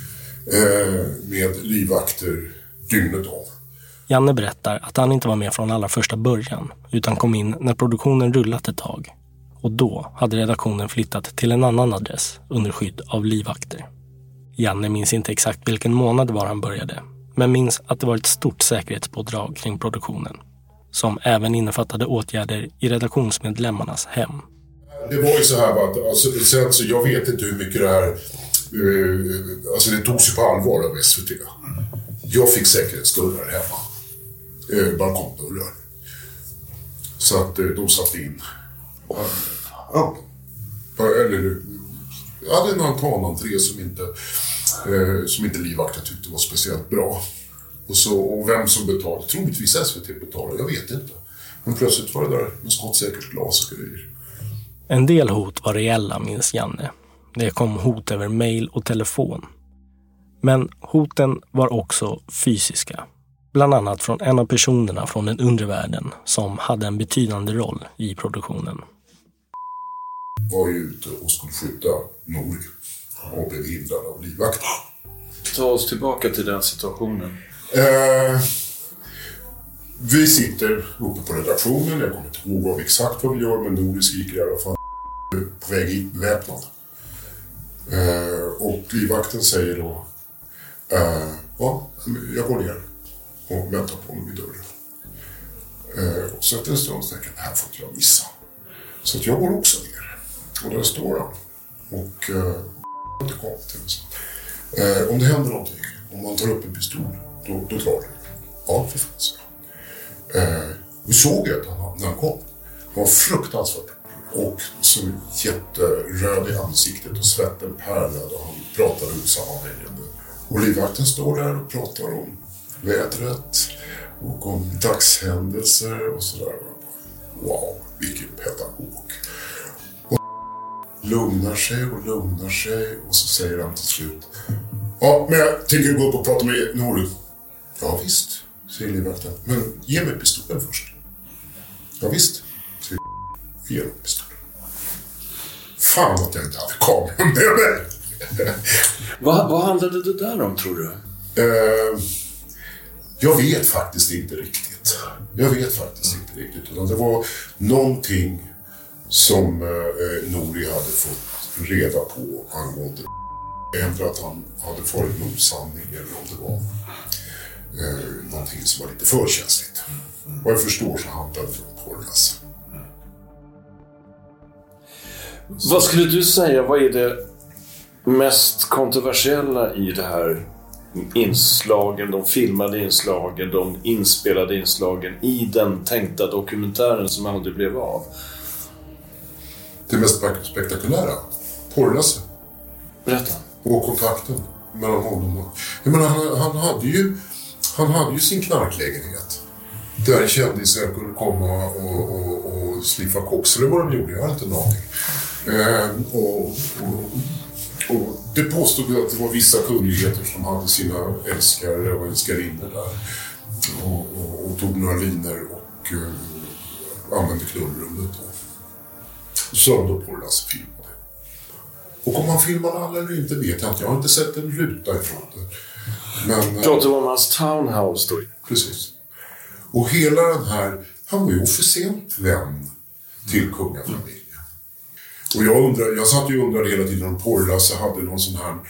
Med livvakter dygnet av. Janne berättar att han inte var med från allra första början utan kom in när produktionen rullat ett tag. Och då hade redaktionen flyttat till en annan adress under skydd av livvakter. Janne minns inte exakt vilken månad det var han började, men minns att det var ett stort säkerhetspådrag kring produktionen, som även innefattade åtgärder i redaktionsmedlemmarnas hem. Det var ju så här att sen så jag vet inte hur mycket det här alltså det togs ju på allvar av SVT. Jag fick säkerhetsdörrar hemma. Balkongdörrar. Så att de satt in. Ja. Eller jag hade en altanentré som inte livvakten tyckte var speciellt bra. Och vem som betalade, troligtvis SVT betalade, jag vet inte. Men plötsligt var det där med skottsäkert glas och grejer. En del hot var reella, minns Janne. Det kom hot över mejl och telefon. Men hoten var också fysiska. Bland annat från en av personerna från den undre världen som hade en betydande roll i produktionen. Var ju ute och skulle skjuta Nori och blev hindrad av livvakten. Ta oss tillbaka till den situationen. Vi sitter uppe på redaktionen. Jag kommer inte ihåg exakt vad vi gör, men Nori skriker i alla fall på väg in beväpnad. Och livvakten säger då ja, jag går ner och väntar på honom i dörren. Och så efter en stund tänker jag, det här får inte jag missa. Så att jag går också ner. Och där står han. Och inte kom till mig. Om det händer någonting, om man tar upp en pistol, då drar det. Ja, för fan. Vi såg ju att när han kom. Han var fruktansvärt. Och så jätteröd i ansiktet och svetten pärlade och han pratade osammanhängande. Och livvakten står där och pratar om vädret och om dagshändelser och sådär. Wow, vilken pedagog. Och lugnar sig och så säger han till slut, ja, men jag tänker gå upp och prata med Nori. Ja visst, säger livvakten, men ge mig pistolen först. Ja visst, säger ge mig pistolen. Fan att jag inte hade kameran med mig. Vad handlade det där om, tror du? Jag vet faktiskt inte riktigt. Utan det var någonting som Nori hade fått reda på angående ändå att han hade farit med osanning eller om det var någonting som var lite för känsligt. Vad jag förstår så handlade det om porras. Vad skulle du säga, vad är det mest kontroversiella i det här inslagen, de filmade inslagen, de inspelade inslagen i den tänkta dokumentären som aldrig blev av? Det mest spektakulära? Porras. Berätta. Och kontakten mellan honom och... Jag menar, han hade ju sin knarklägenhet. Där kändisar kunde komma och sniffa koks. Eller vad de gjorde, jag har inte en aning. Och det påstod att det var vissa kungligheter som hade sina älskare och älskarinnor där. Och tog några linor och använde klubbrummet. Och så då på Lasse filmade. Och om han filmade alla eller inte vet jag inte. Jag har inte sett en ruta ifrån det. Men, pratar om hans townhouse då? Precis. Och hela den här, han var ju officiellt vän till kungafamiljen. Och jag satt ju och undrade hela tiden om Porr-Lasse hade någon sån här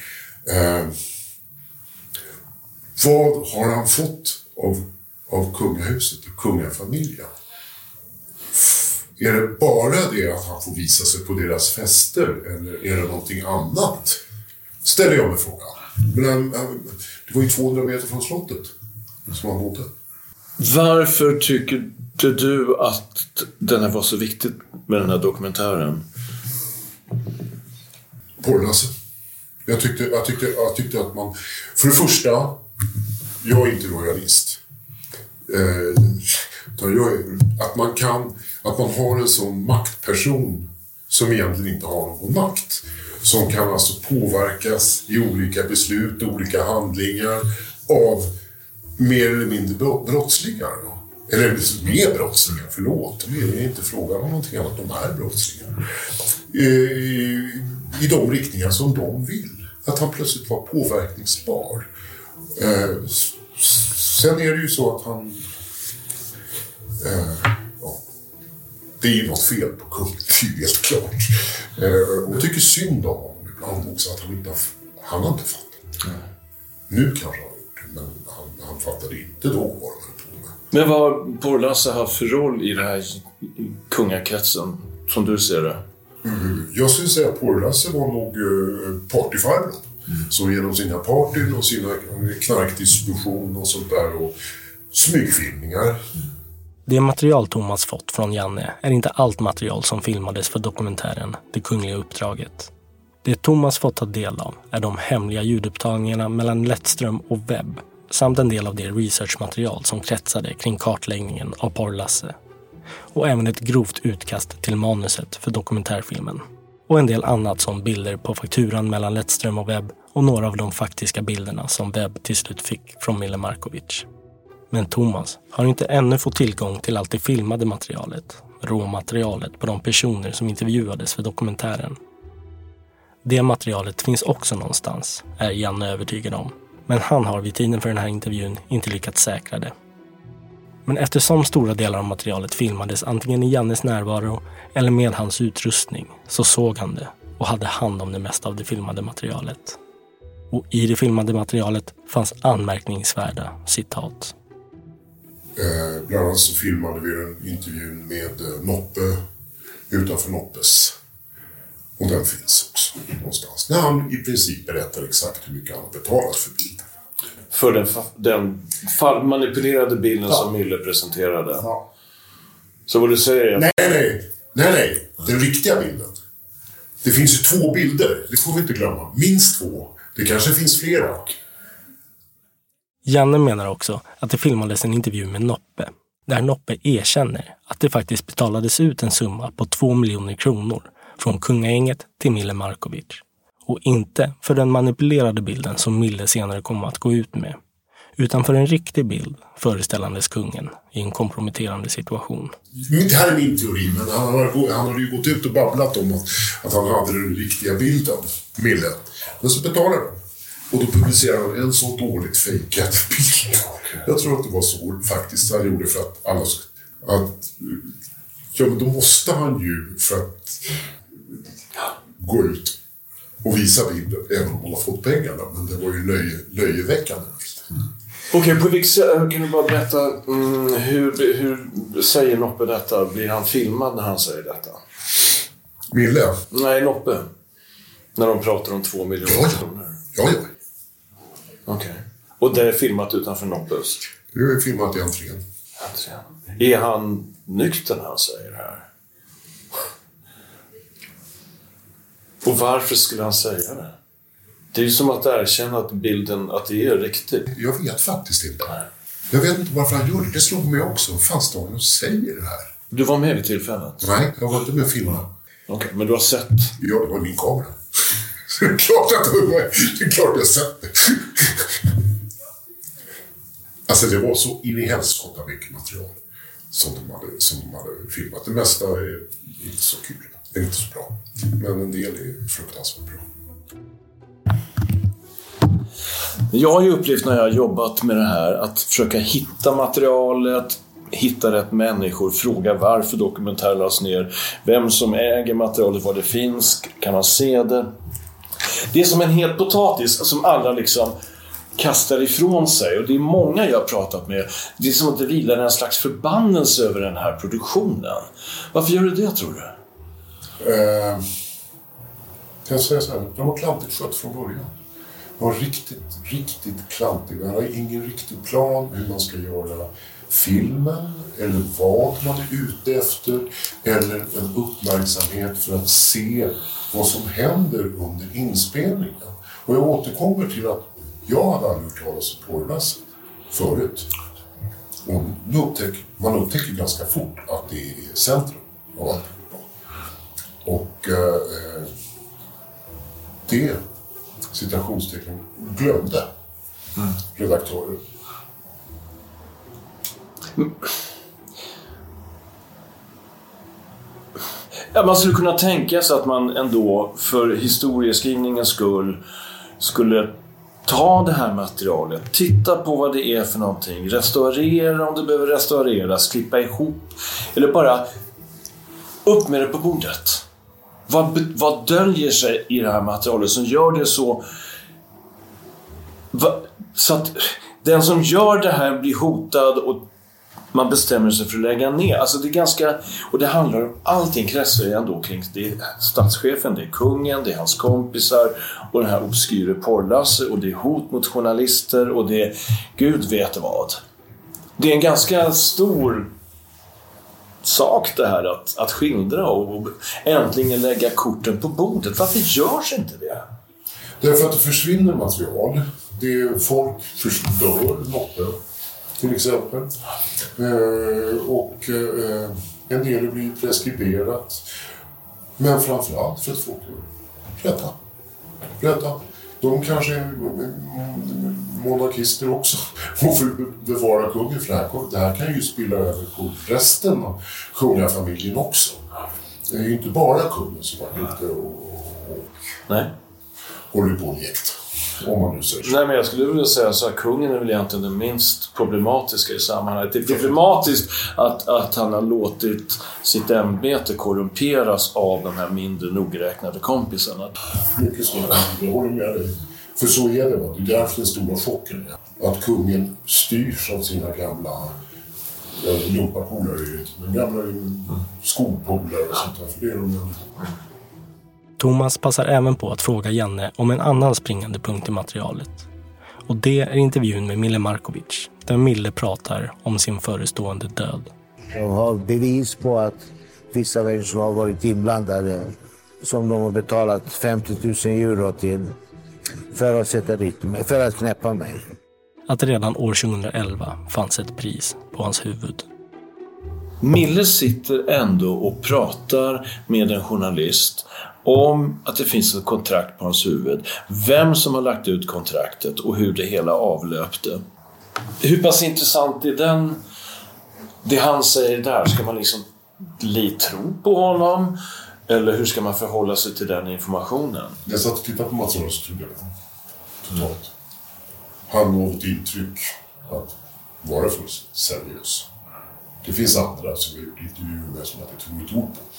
vad har han fått av kungahuset och kungafamiljen? Är det bara det att han får visa sig på deras fester eller är det någonting annat? Ställer jag mig frågan. Men det var ju 200 meter från slottet som han bodde. Varför tycker du att den här var så viktig med den här dokumentären? Porr-Lasse. Jag tyckte att man... För det första, jag är inte royalist. Att man har en sån maktperson som egentligen inte har någon makt. Som kan alltså påverkas i olika beslut, olika handlingar av mer eller mindre brottslingar. Eller mer brottslingar, förlåt. Det är inte frågan om någonting annat, de är brottslingar. I de riktningar som de vill. Att han plötsligt var påverkningsbar. Sen är det ju så att han... det är ju något fel på kungen, det är ju helt klart. Och tycker synd om honom ibland också, att han har inte fattat. Nu kanske han har gjort det, men han fattade inte då vad de höll på med. Men vad har Porr-Lasse haft för roll i den här kungakretsen, som du ser det? Jag skulle säga att Porr-Lasse var nog partyfarbror. Så genom sina partyn och sina knarkdistribution och sånt där och smygfilmningar. Det material Thomas fått från Janne är inte allt material som filmades för dokumentären Det kungliga uppdraget. Det Thomas fått ta del av är de hemliga ljudupptagningarna mellan Lettström och Webb samt en del av det researchmaterial som kretsade kring kartläggningen av Porr-Lasse. Och även ett grovt utkast till manuset för dokumentärfilmen. Och en del annat som bilder på fakturan mellan Lettström och Webb och några av de faktiska bilderna som Webb till slut fick från Mille Markovic. Men Thomas har inte ännu fått tillgång till allt det filmade materialet, råmaterialet på de personer som intervjuades för dokumentären. Det materialet finns också någonstans, är Janne övertygad om. Men han har vid tiden för den här intervjun inte lyckats säkra det. Men eftersom stora delar av materialet filmades antingen i Jannes närvaro eller med hans utrustning så såg han det och hade hand om det mesta av det filmade materialet. Och i det filmade materialet fanns anmärkningsvärda citat. Bland annat så filmade vi en intervju med Noppe utanför Noppes. Och den finns också någonstans. När han i princip berättar exakt hur mycket han har betalat för bilden. För den manipulerade bilden som Mille presenterade. Ja. Så vad du säger... Nej. Den riktiga bilden. Det finns ju 2 bilder. Det får vi inte glömma. Minst 2. Det kanske finns flera. Janne menar också att det filmades en intervju med Noppe. Där Noppe erkänner att det faktiskt betalades ut en summa på 2 miljoner kronor från kungagänget till Mille Markovic. Och inte för den manipulerade bilden som Mille senare kommer att gå ut med. Utan för en riktig bild föreställandes kungen i en komprometterande situation. Det här är min teori, men han hade ju gått ut och babblat om att han hade den riktiga bilden, Mille. Men så betalade de. Och då publicerade han en så dåligt fejkad bild. Jag tror att det var så faktiskt han gjorde för att alla... men då måste han ju för att gå ut och visa bilden, även om han har fått pengarna. Men det var ju löjeväckande. Okej, på vilket sätt kan du bara berätta hur säger Noppe detta? Blir han filmad när han säger detta? Mille? Nej, Noppe. När de pratar om 2 miljoner kronor. Ja. Okej. Och det är filmat utanför Noppes? Det är filmat i entrén. Är han nykter när han säger det här? Och varför skulle han säga det? Det är ju som att erkänna att bilden, att det är riktigt. Jag vet faktiskt inte. Jag vet inte varför han gör det. Det slog mig också. Fast de säger det här. Du var med vid tillfället? Nej, jag var inte med filmerna. Okej, men du har sett? Ja, det var min kamera. Det är klart jag sett det. Alltså det var så in i helskotta mycket material som de hade filmat. Det mesta är inte så kul. är inte så bra. Men en del är fruktansvärt bra. Jag har ju upplevt när jag har jobbat med det här att försöka hitta materialet, hitta rätt människor, fråga varför dokumentären lades ner, vem som äger materialet, vad det finns, kan man se det. Det är som en het potatis som alla liksom kastar ifrån sig, och det är många jag har pratat med. Det är som att det vilar en slags förbannelse över den här produktionen. Varför gör det, tror du? Kan jag säga så här, de var klantigt skött från början. De var riktigt klantiga. Man har ingen riktig plan hur man ska göra filmen, eller vad man är ute efter, eller en uppmärksamhet för att se vad som händer under inspelningen. Och jag återkommer till att jag hade aldrig hört talas om porrlasset förut. Och man upptäcker ganska fort att det är centrum av allt. Och det citationstecken glömde redaktörer. Ja, man skulle kunna tänka sig att man ändå för historieskrivningens skull skulle ta det här materialet, titta på vad det är för någonting, restaurera om det behöver restaureras, klippa ihop, eller bara upp med det på bordet. Vad döljer sig i det här materialet som gör det så att den som gör det här blir hotad och man bestämmer sig för att lägga ner. Alltså det är ganska, och det handlar om allting kretsar ändå kring det är statschefen, det är kungen, det är hans kompisar och den här obskyre porrlasse, och det är hot mot journalister, och det är Gud vet vad. Det är en ganska stor sak det här att skildra och äntligen lägga korten på bordet. Varför görs inte det? Därför att det försvinner material. Det är folk förstör loppet till exempel. Och en del blir preskriberat. Men framförallt för att folk är rädda. De kanske är monarkister också och får bevara kungen, för det här kan ju spilla över på resten av kungafamiljen också. Det är ju inte bara kungen som har ute och håller på lekt. Om man nu säger så. Nej, men jag skulle vilja säga så att kungen är väl egentligen den minst problematiska i sammanhanget. Det är problematiskt att han har låtit sitt ämbete korrumperas av de här mindre nogräknade kompisarna. Mycket snarare, jag håller med dig. För så är det, va? Det är därför den stora chocken är. Att kungen styrs av sina gamla lumparpolare, men gamla skolpolare och sånt där. För det är de. Thomas passar även på att fråga Janne om en annan springande punkt i materialet. Och det är intervjun med Mille Markovic, där Mille pratar om sin förestående död. Jag har bevis på att vissa människor har varit inblandade som de har betalat 50 000 euro till för att sätta dit mig, för att knäppa mig. Att redan år 2011 fanns ett pris på hans huvud. Mille sitter ändå och pratar med en journalist om att det finns ett kontrakt på hans huvud, vem som har lagt ut kontraktet och hur det hela avlöpte. Hur pass intressant är det han säger där? Ska man liksom tro på honom? Eller hur ska man förhålla sig till den informationen? Jag satt och tittade på materialet så trodde jag totalt. Han gav ett intryck att vara för seriös. Det finns andra som är intervjuer med som att jag tog ett ord på.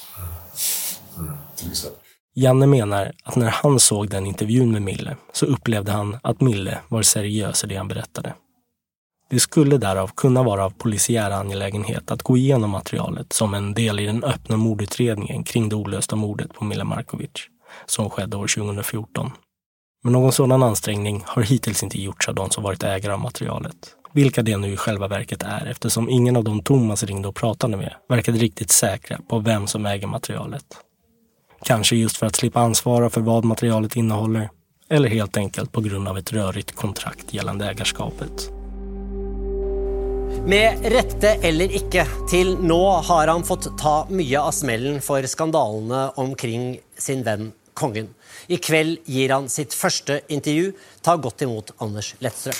Till exempel. Janne menar att när han såg den intervjun med Mille så upplevde han att Mille var seriös i det han berättade. Det skulle därav kunna vara av polisiär angelägenhet att gå igenom materialet som en del i den öppna mordutredningen kring det olösta mordet på Mille Markovic som skedde år 2014. Men någon sådan ansträngning har hittills inte gjorts av de som varit ägare av materialet. Vilka det nu i själva verket är, eftersom ingen av de Thomas ringde och pratade med verkade riktigt säkra på vem som äger materialet. Kanske just för att slippa ansvara för vad materialet innehåller, eller helt enkelt på grund av ett rörigt kontrakt gällande ägarskapet. Med rätte eller icke, till nå har han fått ta mycket av smällen för skandalene omkring sin vän kongen. I kväll ger han sitt första intervju. Ta gott emot Anders Lettström.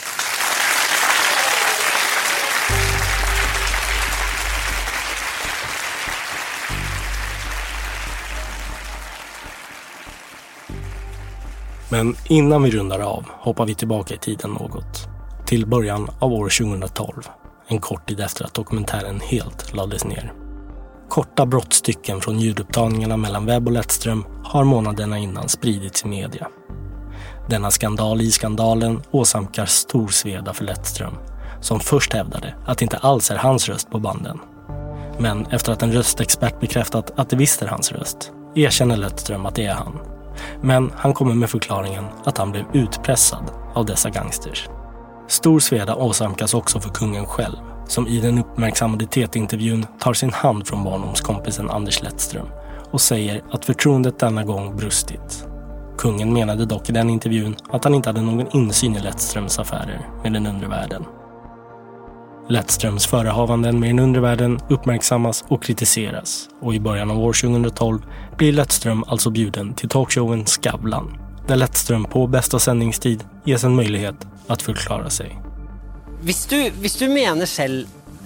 Men innan vi rundar av hoppar vi tillbaka i tiden något. Till början av år 2012, en kort tid efter att dokumentären helt lades ner. Korta brottstycken från ljudupptagningarna mellan Webb och Lettström har månaderna innan spridits i media. Denna skandal i skandalen åsamkar stor sveda för Lettström, som först hävdade att det inte alls är hans röst på banden. Men efter att en röstexpert bekräftat att det visst är hans röst, erkänner Lettström att det är han. Men han kommer med förklaringen att han blev utpressad av dessa gangsters. Stor sveda åsamkas också för kungen själv, som i den uppmärksammade TT-intervjun tar sin hand från barndomskompisen Anders Lettström och säger att förtroendet denna gång brustit. Kungen menade dock i den intervjun att han inte hade någon insyn i Lettströms affärer med den undre världen. Lettströms förehavanden med den undre världen uppmärksammas och kritiseras, och i början av år 2012 blir Lettström alltså bjuden till talkshowen Skavlan, där Lettström på bästa sändningstid ges en möjlighet att förklara sig. Hvis du menar själv,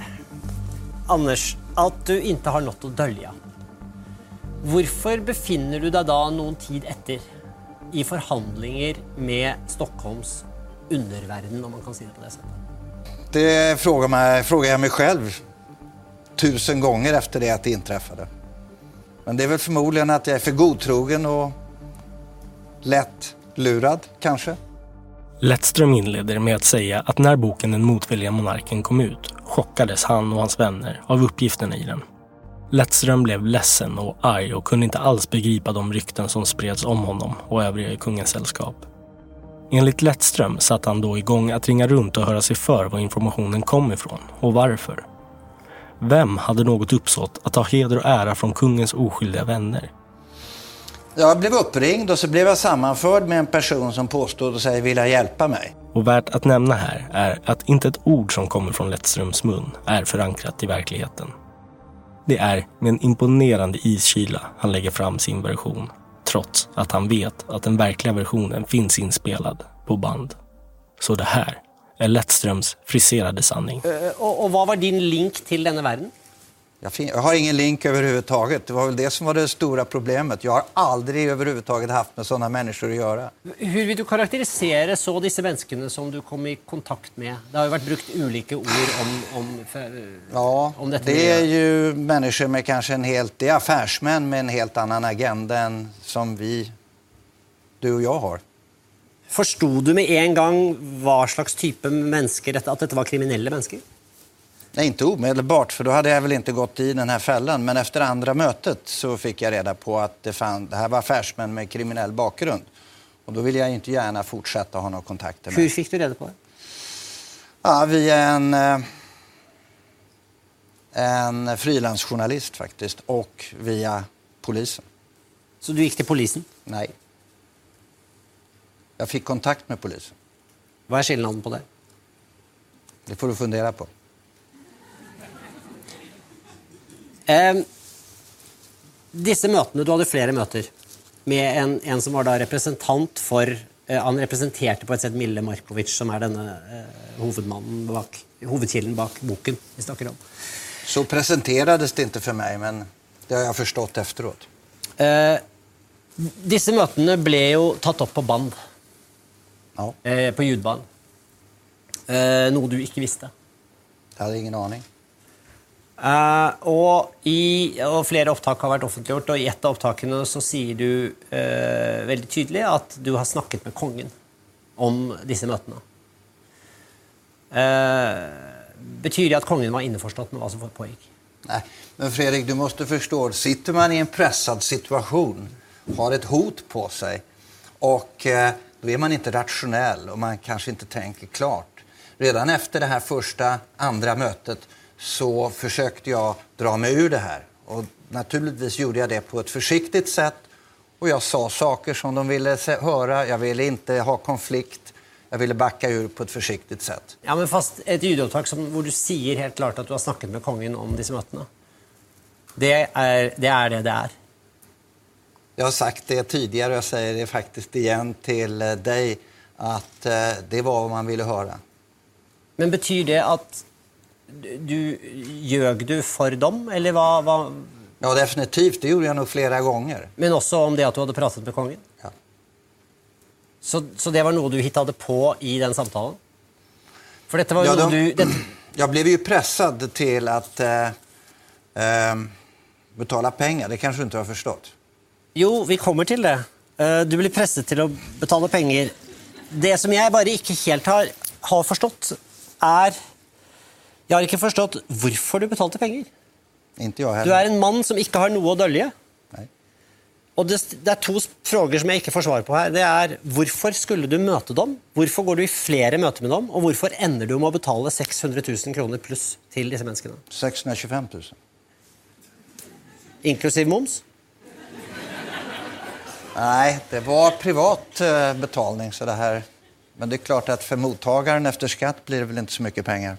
Anders, att du inte har något att dölja, varför befinner du dig då någon tid efter i förhandlingar med Stockholms undervärlden, om man kan säga det på det sättet? Det frågar jag mig själv 1000 gånger efter det att det inträffade. Men det är väl förmodligen att jag är för godtrogen och lätt lurad, kanske. Lettström inleder med att säga att när boken Den motvilliga monarken kom ut chockades han och hans vänner av uppgifterna i den. Lettström blev ledsen och arg och kunde inte alls begripa de rykten som spreds om honom och övriga i kungens sällskap. Enligt Lettström satt han då igång att ringa runt och höra sig för var informationen kom ifrån och varför. Vem hade något uppsåt att ta heder och ära från kungens oskyldiga vänner? Jag blev uppringd och så blev jag sammanförd med en person som påstod sig vilja hjälpa mig. Och värt att nämna här är att inte ett ord som kommer från Lettströms mun är förankrat i verkligheten. Det är med en imponerande iskyla han lägger fram sin version, trots att han vet att den verkliga versionen finns inspelad på band. Så det här är Lettströms friserade sanning. Och vad var din link till denna världen? Jag har ingen link överhuvudtaget. Det var väl det som var det stora problemet. Jag har aldrig överhuvudtaget haft med sådana människor att göra. Hur vill du karaktärisera så dessa människorna som du kom i kontakt med? Det har ju varit brukt olika ord om detta. Det är ju människor med kanske det är affärsmän med en helt annan agenda än som du och jag har. Förstod du med en gång vad slags typ av människor att detta var kriminella människor? Nej, inte omedelbart, för då hade jag väl inte gått i den här fällan. Men efter andra mötet så fick jag reda på att det här var affärsmän med kriminell bakgrund. Och då vill jag inte gärna fortsätta ha några kontakter med. Hur fick du reda på det? Ja, via en frilansjournalist faktiskt, och via polisen. Så du gick till polisen? Nej. Jag fick kontakt med polisen. Vad är skillnaden på det? Det får du fundera på. Disse møtene, du hade flera möten med en som var da representant för, han representerade på ett sätt Mille Markovic, som är denna huvudkilden bak boken vi snackar om. Så presenterades det inte för mig, men det har jag förstått efteråt. Disse mötena blev ju tatt upp på band. Ja. På ljudband. Något du inte visste. Jag hade ingen aning. Och flera upptag har varit offentliggjort, och i ett av upptagen så säger du väldigt tydligt att du har snackat med kongen om dessa mötena. Betyder det att kongen var införstådd med vad som pågick? Nej, men Fredrik, du måste förstå, sitter man i en pressad situation, har ett hot på sig, och då är man inte rationell och man kanske inte tänker klart. Redan efter det här andra mötet så försökte jag dra mig ur det här. Och naturligtvis gjorde jag det på ett försiktigt sätt. Och jag sa saker som de ville höra. Jag ville inte ha konflikt. Jag ville backa ur på ett försiktigt sätt. Ja, men fast ett ljudupptag hvor du säger helt klart att du har snackat med kongen om dessa mötena. Det är det är. Jag har sagt det tidigare och jag säger det faktiskt igen till dig, att det var vad man ville höra. Men betyder det att du ljög för dem, eller vad? Ja, definitivt. Det gjorde jag nog flera gånger. Men också om det att du hade pratat med kongen? Ja. Så det var något du hittade på i den samtalen? För detta var ju Jag blev ju pressad till att betala pengar. Det kanske du inte har förstått. Jo, vi kommer till det. Du blir pressad till att betala pengar. Det som jag bara inte helt har förstått är... Jag har inte förstått varför du betalade pengar. Inte jag heller. Du är en man som inte har något att dölja. Nej. Och det är två frågor som jag inte får svar på här. Det är, varför skulle du möta dem? Varför går du i flera möten med dem? Och varför ändrar du med att betala 600 000 kronor plus till dessa människorna? 625 000. Inklusive moms? Nej, det var privat betalning så det här. Men det är klart att för mottagaren efter skatt blir det väl inte så mycket pengar.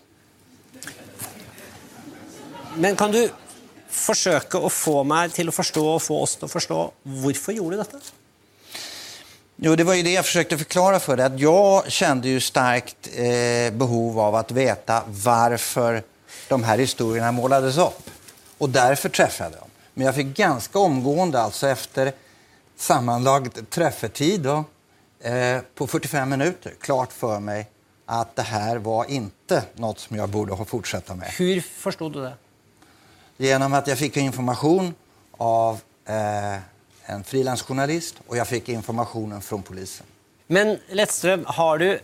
Men kan du försöka att få mig till att förstå och få oss att förstå varför gjorde du detta? Jo, det var ju det jag försökte förklara för dig. Att jag kände ju starkt behov av att veta varför de här historierna målades upp. Och därför träffade jag dem. Men jag fick ganska omgående, alltså efter sammanlagd träffetid då, på 45 minuter, klart för mig att det här var inte något som jag borde ha fortsätta med. Hur förstod du det? Genom att jag fick information av en frilansjournalist och jag fick informationen från polisen. Men Lettström, har du...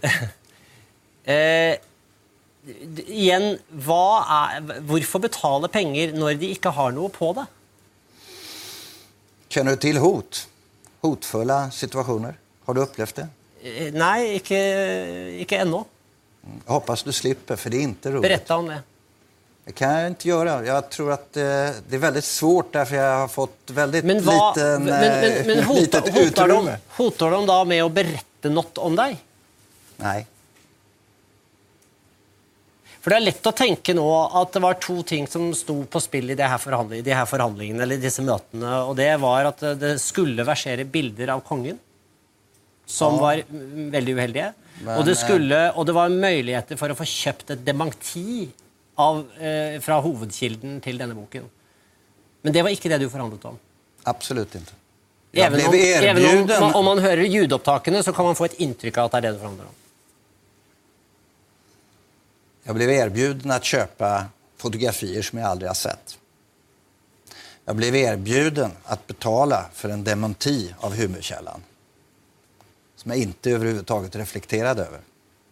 igen, varför betala pengar när de inte har något på det? Känner du till hot? Hotfulla situationer? Har du upplevt det? Nej, inte ännu. Jag hoppas du slipper, för det är inte roligt. Berätta om det. Det kan jag inte göra. Jag tror att det är väldigt svårt därför jag har fått väldigt litet utrymme. Hotar de då med att berätta något om dig? Nej. För det är lätt att tänka nu att det var två ting som stod på spel i de här förhandlingarna eller dessa mötena, och det var att det skulle versera bilder av kungen som var väldigt uheldiga. Och det var möjligheter för att få köpt ett dementi från huvudkilden till denna boken. Men det var inte det du förhandlade om. Absolut inte. Även om man hör ljudupptaken så kan man få ett intryck av att det är det du förhandlar om. Jag blev erbjuden att köpa fotografier som jag aldrig har sett. Jag blev erbjuden att betala för en dementi av humorkällan som jag inte överhuvudtaget reflekterade över.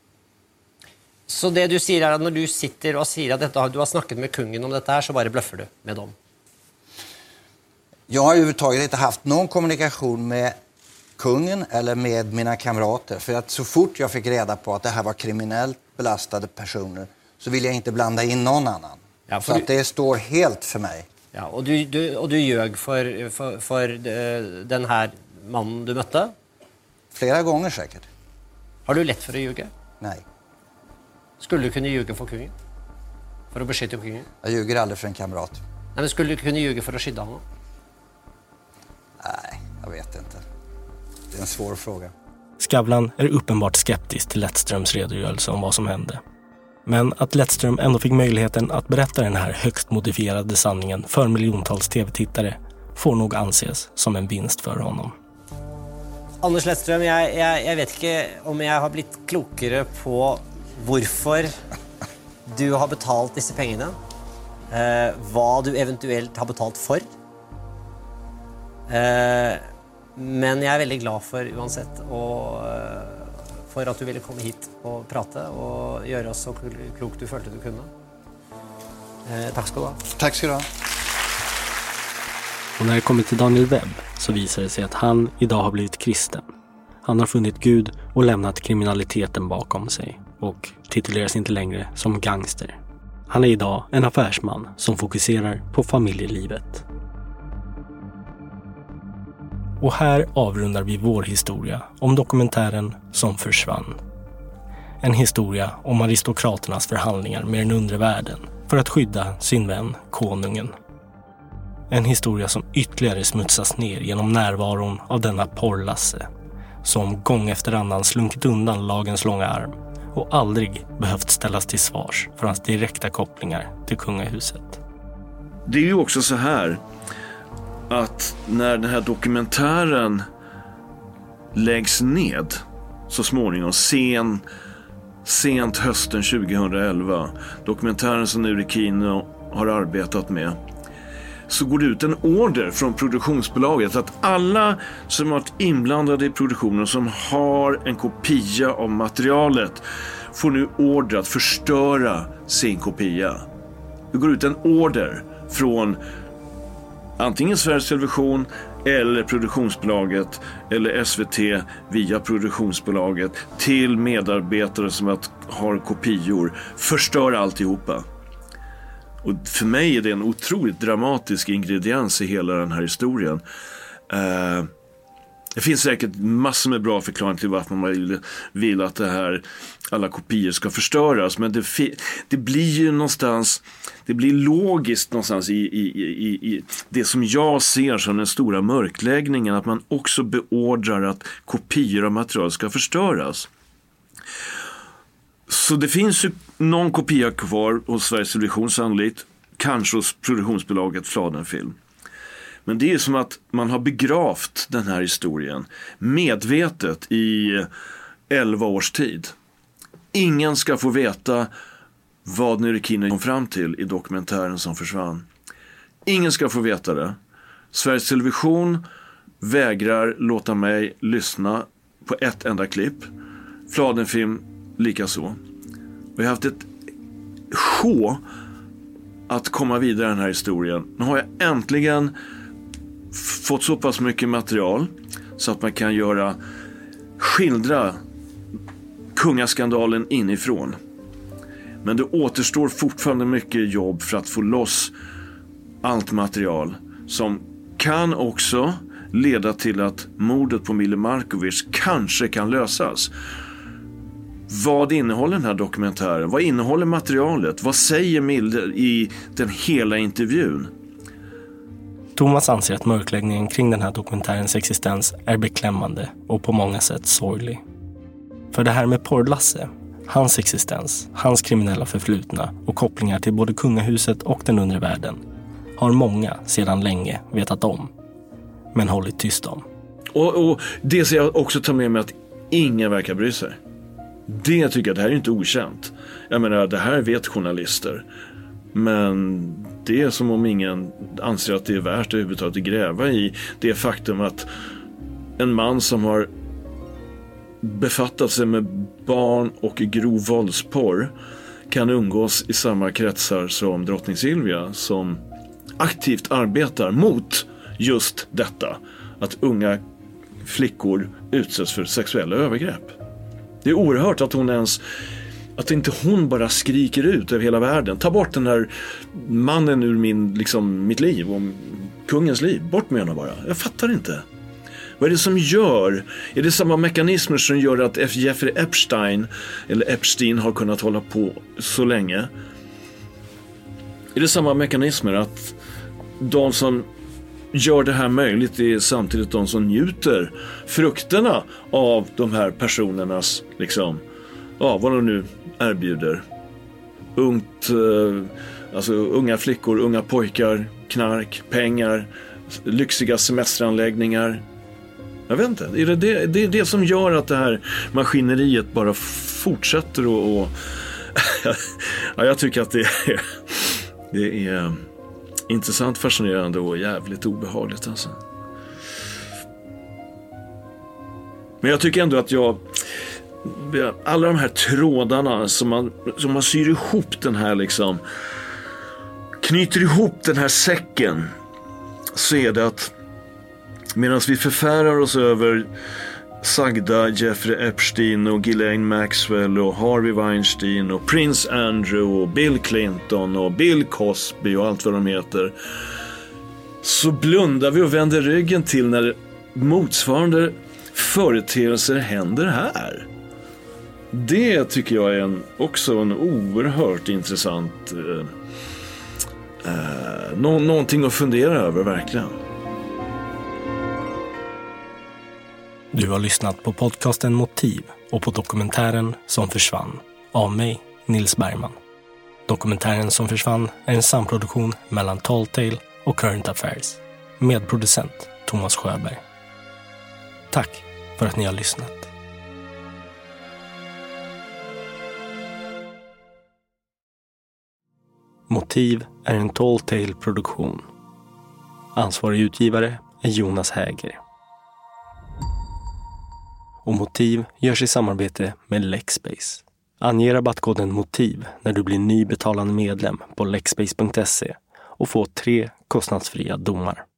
Så det du säger är att när du sitter och säger att du har snackat med kungen om detta här, så bara bluffar du med dem? Jag har överhuvudtaget inte haft någon kommunikation med kungen eller med mina kamrater. För att så fort jag fick reda på att det här var kriminellt belastade personer så vill jag inte blanda in någon annan. Ja, så att det står helt för mig. Ja, och du ljög för den här mannen du mötte? Flera gånger säkert. Har du lätt för att ljuga? Nej. Skulle du kunna ljuga för kungen? För att beskydda kungen? Jag ljuger aldrig för en kamrat. Nej, men skulle du kunna ljuga för att skydda honom? Nej, jag vet inte. Det är en svår fråga. Skavlan är uppenbart skeptisk till Lettströms redogörelse om vad som hände. Men att Lettström ändå fick möjligheten att berätta den här högst modifierade sanningen för miljontals tv-tittare får nog anses som en vinst för honom. Anders Lettström, jag vet inte om jag har blivit klokare på varför du har betalt dessa pengarna. Vad du eventuellt har betalt för. Men jag är väldigt glad för oavsett och för att du ville komma hit och prata och göra oss så klokt du följde du kunde. Tack ska du ha. Tack ska du ha. Och när det kommer till Daniel Webb så visar det sig att han idag har blivit kristen. Han har funnit Gud och lämnat kriminaliteten bakom sig och tituleras inte längre som gangster. Han är idag en affärsman som fokuserar på familjelivet. Och här avrundar vi vår historia om dokumentären som försvann. En historia om aristokraternas förhandlingar med den undre världen för att skydda sin vän, konungen. En historia som ytterligare smutsas ner genom närvaron av denna porrlasse som gång efter annan slunkit undan lagens långa arm och aldrig behövt ställas till svars för hans direkta kopplingar till kungahuset. Det är ju också så här att när den här dokumentären läggs ned så småningom, sent hösten 2011, dokumentären som Nuri Kino har arbetat med, så går det ut en order från produktionsbolaget att alla som varit inblandade i produktionen som har en kopia av materialet får nu order att förstöra sin kopia. Det går ut en order från antingen Sveriges Television eller produktionsbolaget eller SVT via produktionsbolaget till medarbetare som har kopior. Förstör alltihopa. Och för mig är det en otroligt dramatisk ingrediens i hela den här historien. Det finns säkert massor med bra förklaringar till varför man vill att alla kopior ska förstöras. Men det blir ju någonstans, det blir logiskt någonstans i det som jag ser som den stora mörkläggningen, att man också beordrar att kopior av material ska förstöras. Så det finns ju någon kopia kvar hos Sveriges Television sannolikt, kanske hos produktionsbolaget Fladenfilm. Men det är som att man har begravt den här historien medvetet i 11 års tid. Ingen ska få veta vad Nuri Kino kom fram till i dokumentären som försvann. Ingen ska få veta det. Sveriges Television vägrar låta mig lyssna på ett enda klipp. Fladenfilm likaså. Och jag har haft ett sjå att komma vidare i den här historien. Nu har jag äntligen fått så pass mycket material så att man kan skildra kungaskandalen inifrån. Men det återstår fortfarande mycket jobb för att få loss allt material som kan också leda till att mordet på Mile Markovic kanske kan lösas. Vad innehåller den här dokumentären? Vad innehåller materialet? Vad säger Mille i den hela intervjun? Thomas anser att mörkläggningen kring den här dokumentärens existens är beklämmande och på många sätt sorglig. För det här med Porr-Lasse, hans existens, hans kriminella förflutna och kopplingar till både kungahuset och den undre världen har många sedan länge vetat om, men hållit tyst om. Och det ser jag också ta med mig, att ingen verkar bry sig. Det tycker jag, det här är inte okänt. Jag menar, det här vet journalister. Men det är som om ingen anser att det är värt att överhuvudtaget gräva i det faktum att en man som har befattat sig med barn och grov våldsporr kan umgås i samma kretsar som drottning Silvia, som aktivt arbetar mot just detta, att unga flickor utsätts för sexuella övergrepp. Det är oerhört att inte hon bara skriker ut över hela världen. Ta bort den här mannen ur mitt liv och kungens liv. Bort med henne bara. Jag fattar inte. Vad är det som gör? Är det samma mekanismer som gör att Jeffrey Epstein har kunnat hålla på så länge? Är det samma mekanismer att de som gör det här möjligt är samtidigt de som njuter frukterna av de här personernas vad de nu erbjuder? Unga flickor, unga pojkar, knark, pengar, lyxiga semesteranläggningar. Jag vet inte, det är det som gör att det här maskineriet bara fortsätter och ja, jag tycker att det är intressant, fascinerande och jävligt obehagligt alltså. Men jag tycker ändå att alla de här trådarna som man syr ihop den här knyter ihop den här säcken, så är det att medan vi förfärar oss över sagda Jeffrey Epstein och Ghislaine Maxwell och Harvey Weinstein och Prince Andrew och Bill Clinton och Bill Cosby och allt vad de heter, så blundar vi och vänder ryggen till när motsvarande företeelser händer här. Det tycker jag är också en oerhört intressant någonting att fundera över verkligen. Du har lyssnat på podcasten Motiv och på dokumentären Som försvann av mig, Nils Bergman. Dokumentären Som försvann är en samproduktion mellan Talltale och Current Affairs. Medproducent Thomas Sjöberg. Tack för att ni har lyssnat. Motiv är en Tall Tale-produktion. Ansvarig utgivare är Jonas Häger. Och Motiv görs i samarbete med Lexbase. Ange rabattkoden MOTIV när du blir ny betalande medlem på lexbase.se och få 3 kostnadsfria domar.